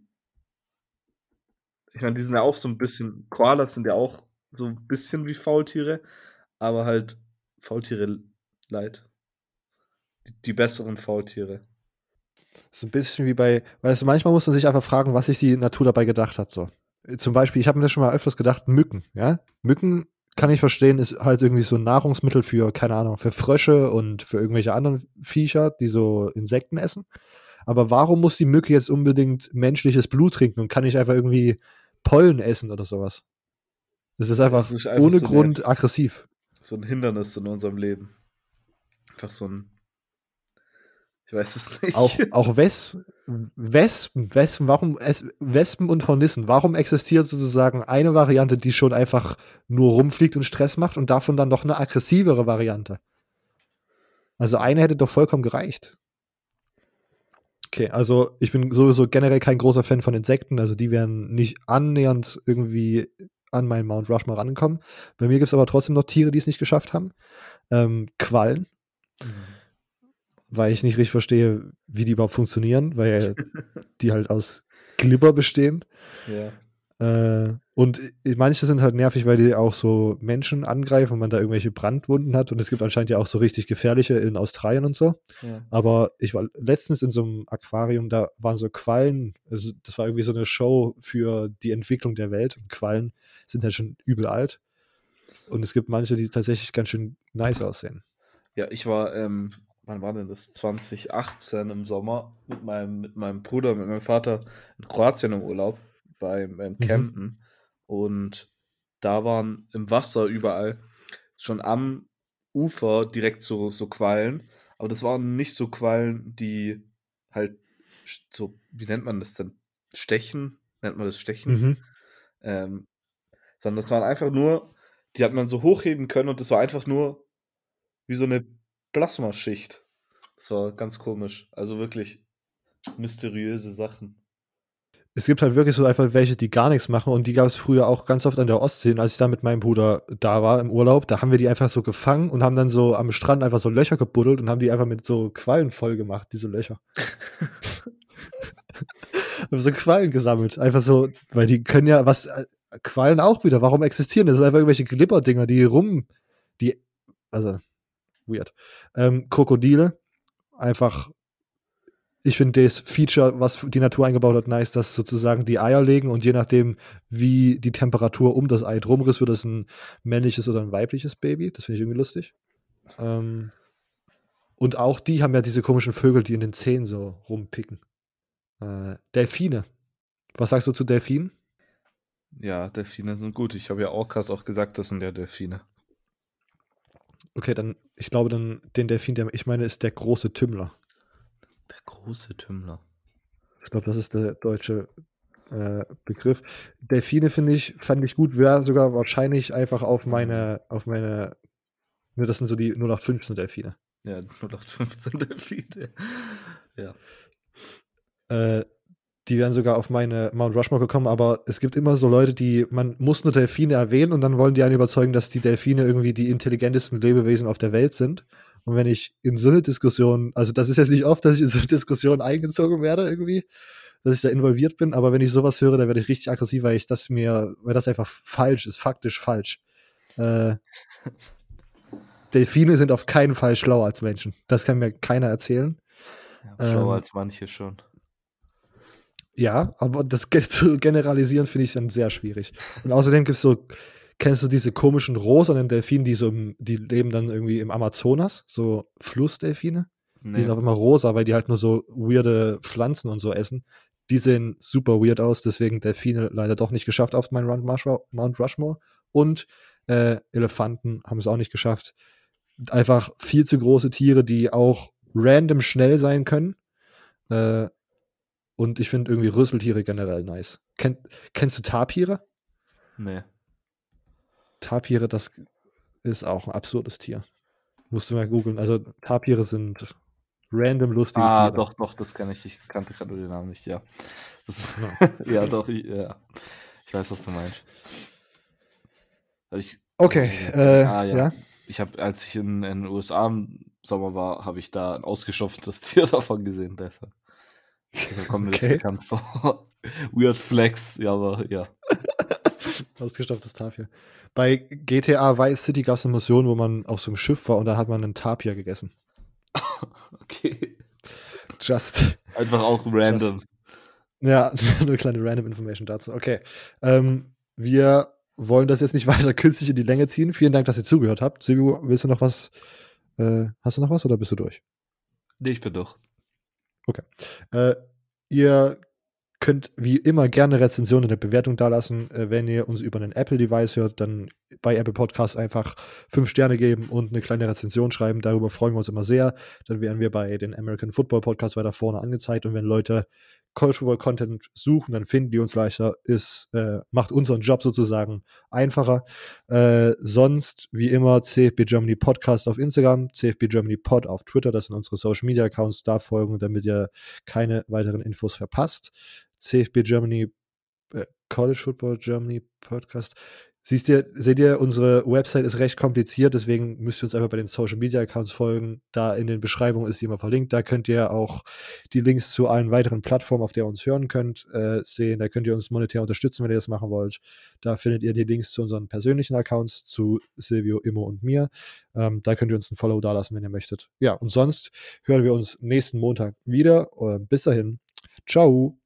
ich meine, die sind ja auch so ein bisschen, Koalas sind ja auch so ein bisschen wie Faultiere, aber halt Faultiere leid. Die, die besseren Faultiere. So ein bisschen wie bei, weißt du, manchmal muss man sich einfach fragen, was sich die Natur dabei gedacht hat. So. Zum Beispiel, ich habe mir das schon mal öfters gedacht, Mücken, ja. Mücken kann ich verstehen, ist halt irgendwie so ein Nahrungsmittel für, keine Ahnung, für Frösche und für irgendwelche anderen Viecher, die so Insekten essen. Aber warum muss die Mücke jetzt unbedingt menschliches Blut trinken und kann nicht einfach irgendwie Pollen essen oder sowas? Das ist einfach, Das ist einfach ohne so Grund eine- aggressiv. So ein Hindernis in unserem Leben. Einfach so ein. Ich weiß es nicht. Auch, auch Wes Wespen, Wespen, warum es, Wespen und Hornissen, warum existiert sozusagen eine Variante, die schon einfach nur rumfliegt und Stress macht und davon dann noch eine aggressivere Variante? Also eine hätte doch vollkommen gereicht. Okay, also ich bin sowieso generell kein großer Fan von Insekten, also die werden nicht annähernd irgendwie an meinen Mount Rushmore rankommen. Bei mir gibt es aber trotzdem noch Tiere, die es nicht geschafft haben. Ähm, Quallen. Weil ich nicht richtig verstehe, wie die überhaupt funktionieren, weil die halt aus Glibber bestehen. Ja. Äh, und manche sind halt nervig, weil die auch so Menschen angreifen und man da irgendwelche Brandwunden hat. Und es gibt anscheinend ja auch so richtig gefährliche in Australien und so. Ja. Aber ich war letztens in so einem Aquarium, da waren so Quallen, also das war irgendwie so eine Show für die Entwicklung der Welt. Und Quallen sind halt schon übel alt. Und es gibt manche, die tatsächlich ganz schön nice aussehen. Ja, ich war, ähm, wann war denn das? zwanzig achtzehn im Sommer mit meinem, mit meinem Bruder, mit meinem Vater in Kroatien im Urlaub beim, beim Campen. Mhm. Und da waren im Wasser überall schon am Ufer direkt so, so Quallen. Aber das waren nicht so Quallen, die halt so, wie nennt man das denn? Stechen? Nennt man das Stechen? Mhm. Ähm, sondern das waren einfach nur, die hat man so hochheben können und das war einfach nur wie so eine Plasmaschicht. Das war ganz komisch. Also wirklich mysteriöse Sachen. Es gibt halt wirklich so einfach welche, die gar nichts machen und die gab es früher auch ganz oft an der Ostsee. Und als ich da mit meinem Bruder da war im Urlaub, da haben wir die einfach so gefangen und haben dann so am Strand einfach so Löcher gebuddelt und haben die einfach mit so Quallen voll gemacht, diese Löcher. haben so Quallen gesammelt. Einfach so, weil die können ja, was, äh, Quallen auch wieder, warum existieren? Das sind einfach irgendwelche Glibberdinger, die rum, die, also, weird. Ähm, Krokodile, einfach ich finde das Feature, was die Natur eingebaut hat, nice, dass sozusagen die Eier legen und je nachdem, wie die Temperatur um das Ei drum ist, wird das ein männliches oder ein weibliches Baby. Das finde ich irgendwie lustig. Ähm, und auch die haben ja diese komischen Vögel, die in den Zähnen so rumpicken. Äh, Delfine. Was sagst du zu Delfinen? Ja, Delfine sind gut. Ich habe ja Orcas auch gesagt, das sind ja Delfine. Okay, dann, ich glaube dann, den Delfin, der ich meine, ist der große Tümmler. Der große Tümmler. Ich glaube, das ist der deutsche äh, Begriff. Delfine finde ich, fand ich gut, wäre sogar wahrscheinlich einfach auf meine, auf meine, ne, das sind so die null acht fünfzehn Delfine. Ja, null acht fünfzehn Delfine. Ja. Äh, die wären sogar auf meine Mount Rushmore gekommen, aber es gibt immer so Leute, die, man muss nur Delfine erwähnen und dann wollen die einen überzeugen, dass die Delfine irgendwie die intelligentesten Lebewesen auf der Welt sind. Und wenn ich in so eine Diskussion, also das ist jetzt nicht oft, dass ich in so eine Diskussion eingezogen werde irgendwie, dass ich da involviert bin, aber wenn ich sowas höre, dann werde ich richtig aggressiv, weil ich das mir, weil das einfach falsch ist, faktisch falsch. Äh, Delfine sind auf keinen Fall schlauer als Menschen. Das kann mir keiner erzählen. Ja, schlauer Ähm, als manche schon. Ja, aber das ge- zu generalisieren finde ich dann sehr schwierig. Und außerdem gibt es so, kennst du diese komischen rosanen Delfine, die so im, die leben dann irgendwie im Amazonas, so Flussdelfine? Nee. Die sind auch immer rosa, weil die halt nur so weirde Pflanzen und so essen. Die sehen super weird aus, deswegen Delfine leider doch nicht geschafft auf meinen Mount Rushmore. Mount Rushmore. Und äh, Elefanten haben es auch nicht geschafft. Einfach viel zu große Tiere, die auch random schnell sein können. Äh, und ich finde irgendwie Rüsseltiere generell nice. Kenn, kennst du Tapire? Nee. Tapire, das ist auch ein absurdes Tier. Musst du mal googeln. Also Tapire sind random lustige Ah, Tiere. doch, doch, das kenne ich. Ich kannte gerade den Namen nicht, ja. Das, Ja. ja, doch, ich, ja. Ich weiß, was du meinst. Weil Ich, Okay, äh, ah, ja. ja. Ich habe, als ich in, in den U S A im Sommer war, habe ich da ein ausgestopftes Tier davon gesehen, deshalb. Deshalb kommt mir Okay. das bekannt vor. Weird Flex, ja, aber ja. Ausgestopftes Tapir. Bei G T A Vice City gab es eine Mission, wo man auf so einem Schiff war und da hat man einen Tapir gegessen. Okay. Just. Einfach auch random. Just, ja, nur eine kleine random Information dazu. Okay. Ähm, wir wollen das jetzt nicht weiter künstlich in die Länge ziehen. Vielen Dank, dass ihr zugehört habt. Silvio, willst du noch was? Äh, hast du noch was oder bist du durch? Nee, ich bin durch. Okay. Äh, ihr könnt wie immer gerne Rezensionen und eine Bewertung dalassen. Äh, wenn ihr uns über einen Apple-Device hört, dann bei Apple Podcasts einfach fünf Sterne geben und eine kleine Rezension schreiben. Darüber freuen wir uns immer sehr. Dann werden wir bei den American Football Podcasts weiter vorne angezeigt. Und wenn Leute College Football Content suchen, dann finden die uns leichter. Ist, äh, macht unseren Job sozusagen einfacher. Äh, sonst, wie immer, C F B Germany Podcast auf Instagram, C F B Germany Pod auf Twitter. Das sind unsere Social Media Accounts. Da folgen, damit ihr keine weiteren Infos verpasst. C F B Germany, äh, College Football Germany Podcast. Siehst ihr, seht ihr, unsere Website ist recht kompliziert, deswegen müsst ihr uns einfach bei den Social Media Accounts folgen. Da in den Beschreibungen ist die immer verlinkt. Da könnt ihr auch die Links zu allen weiteren Plattformen, auf der ihr uns hören könnt, äh, sehen. Da könnt ihr uns monetär unterstützen, wenn ihr das machen wollt. Da findet ihr die Links zu unseren persönlichen Accounts, zu Silvio, Immo und mir. Ähm, da könnt ihr uns ein Follow dalassen, wenn ihr möchtet. Ja, und sonst hören wir uns nächsten Montag wieder. Und bis dahin, ciao.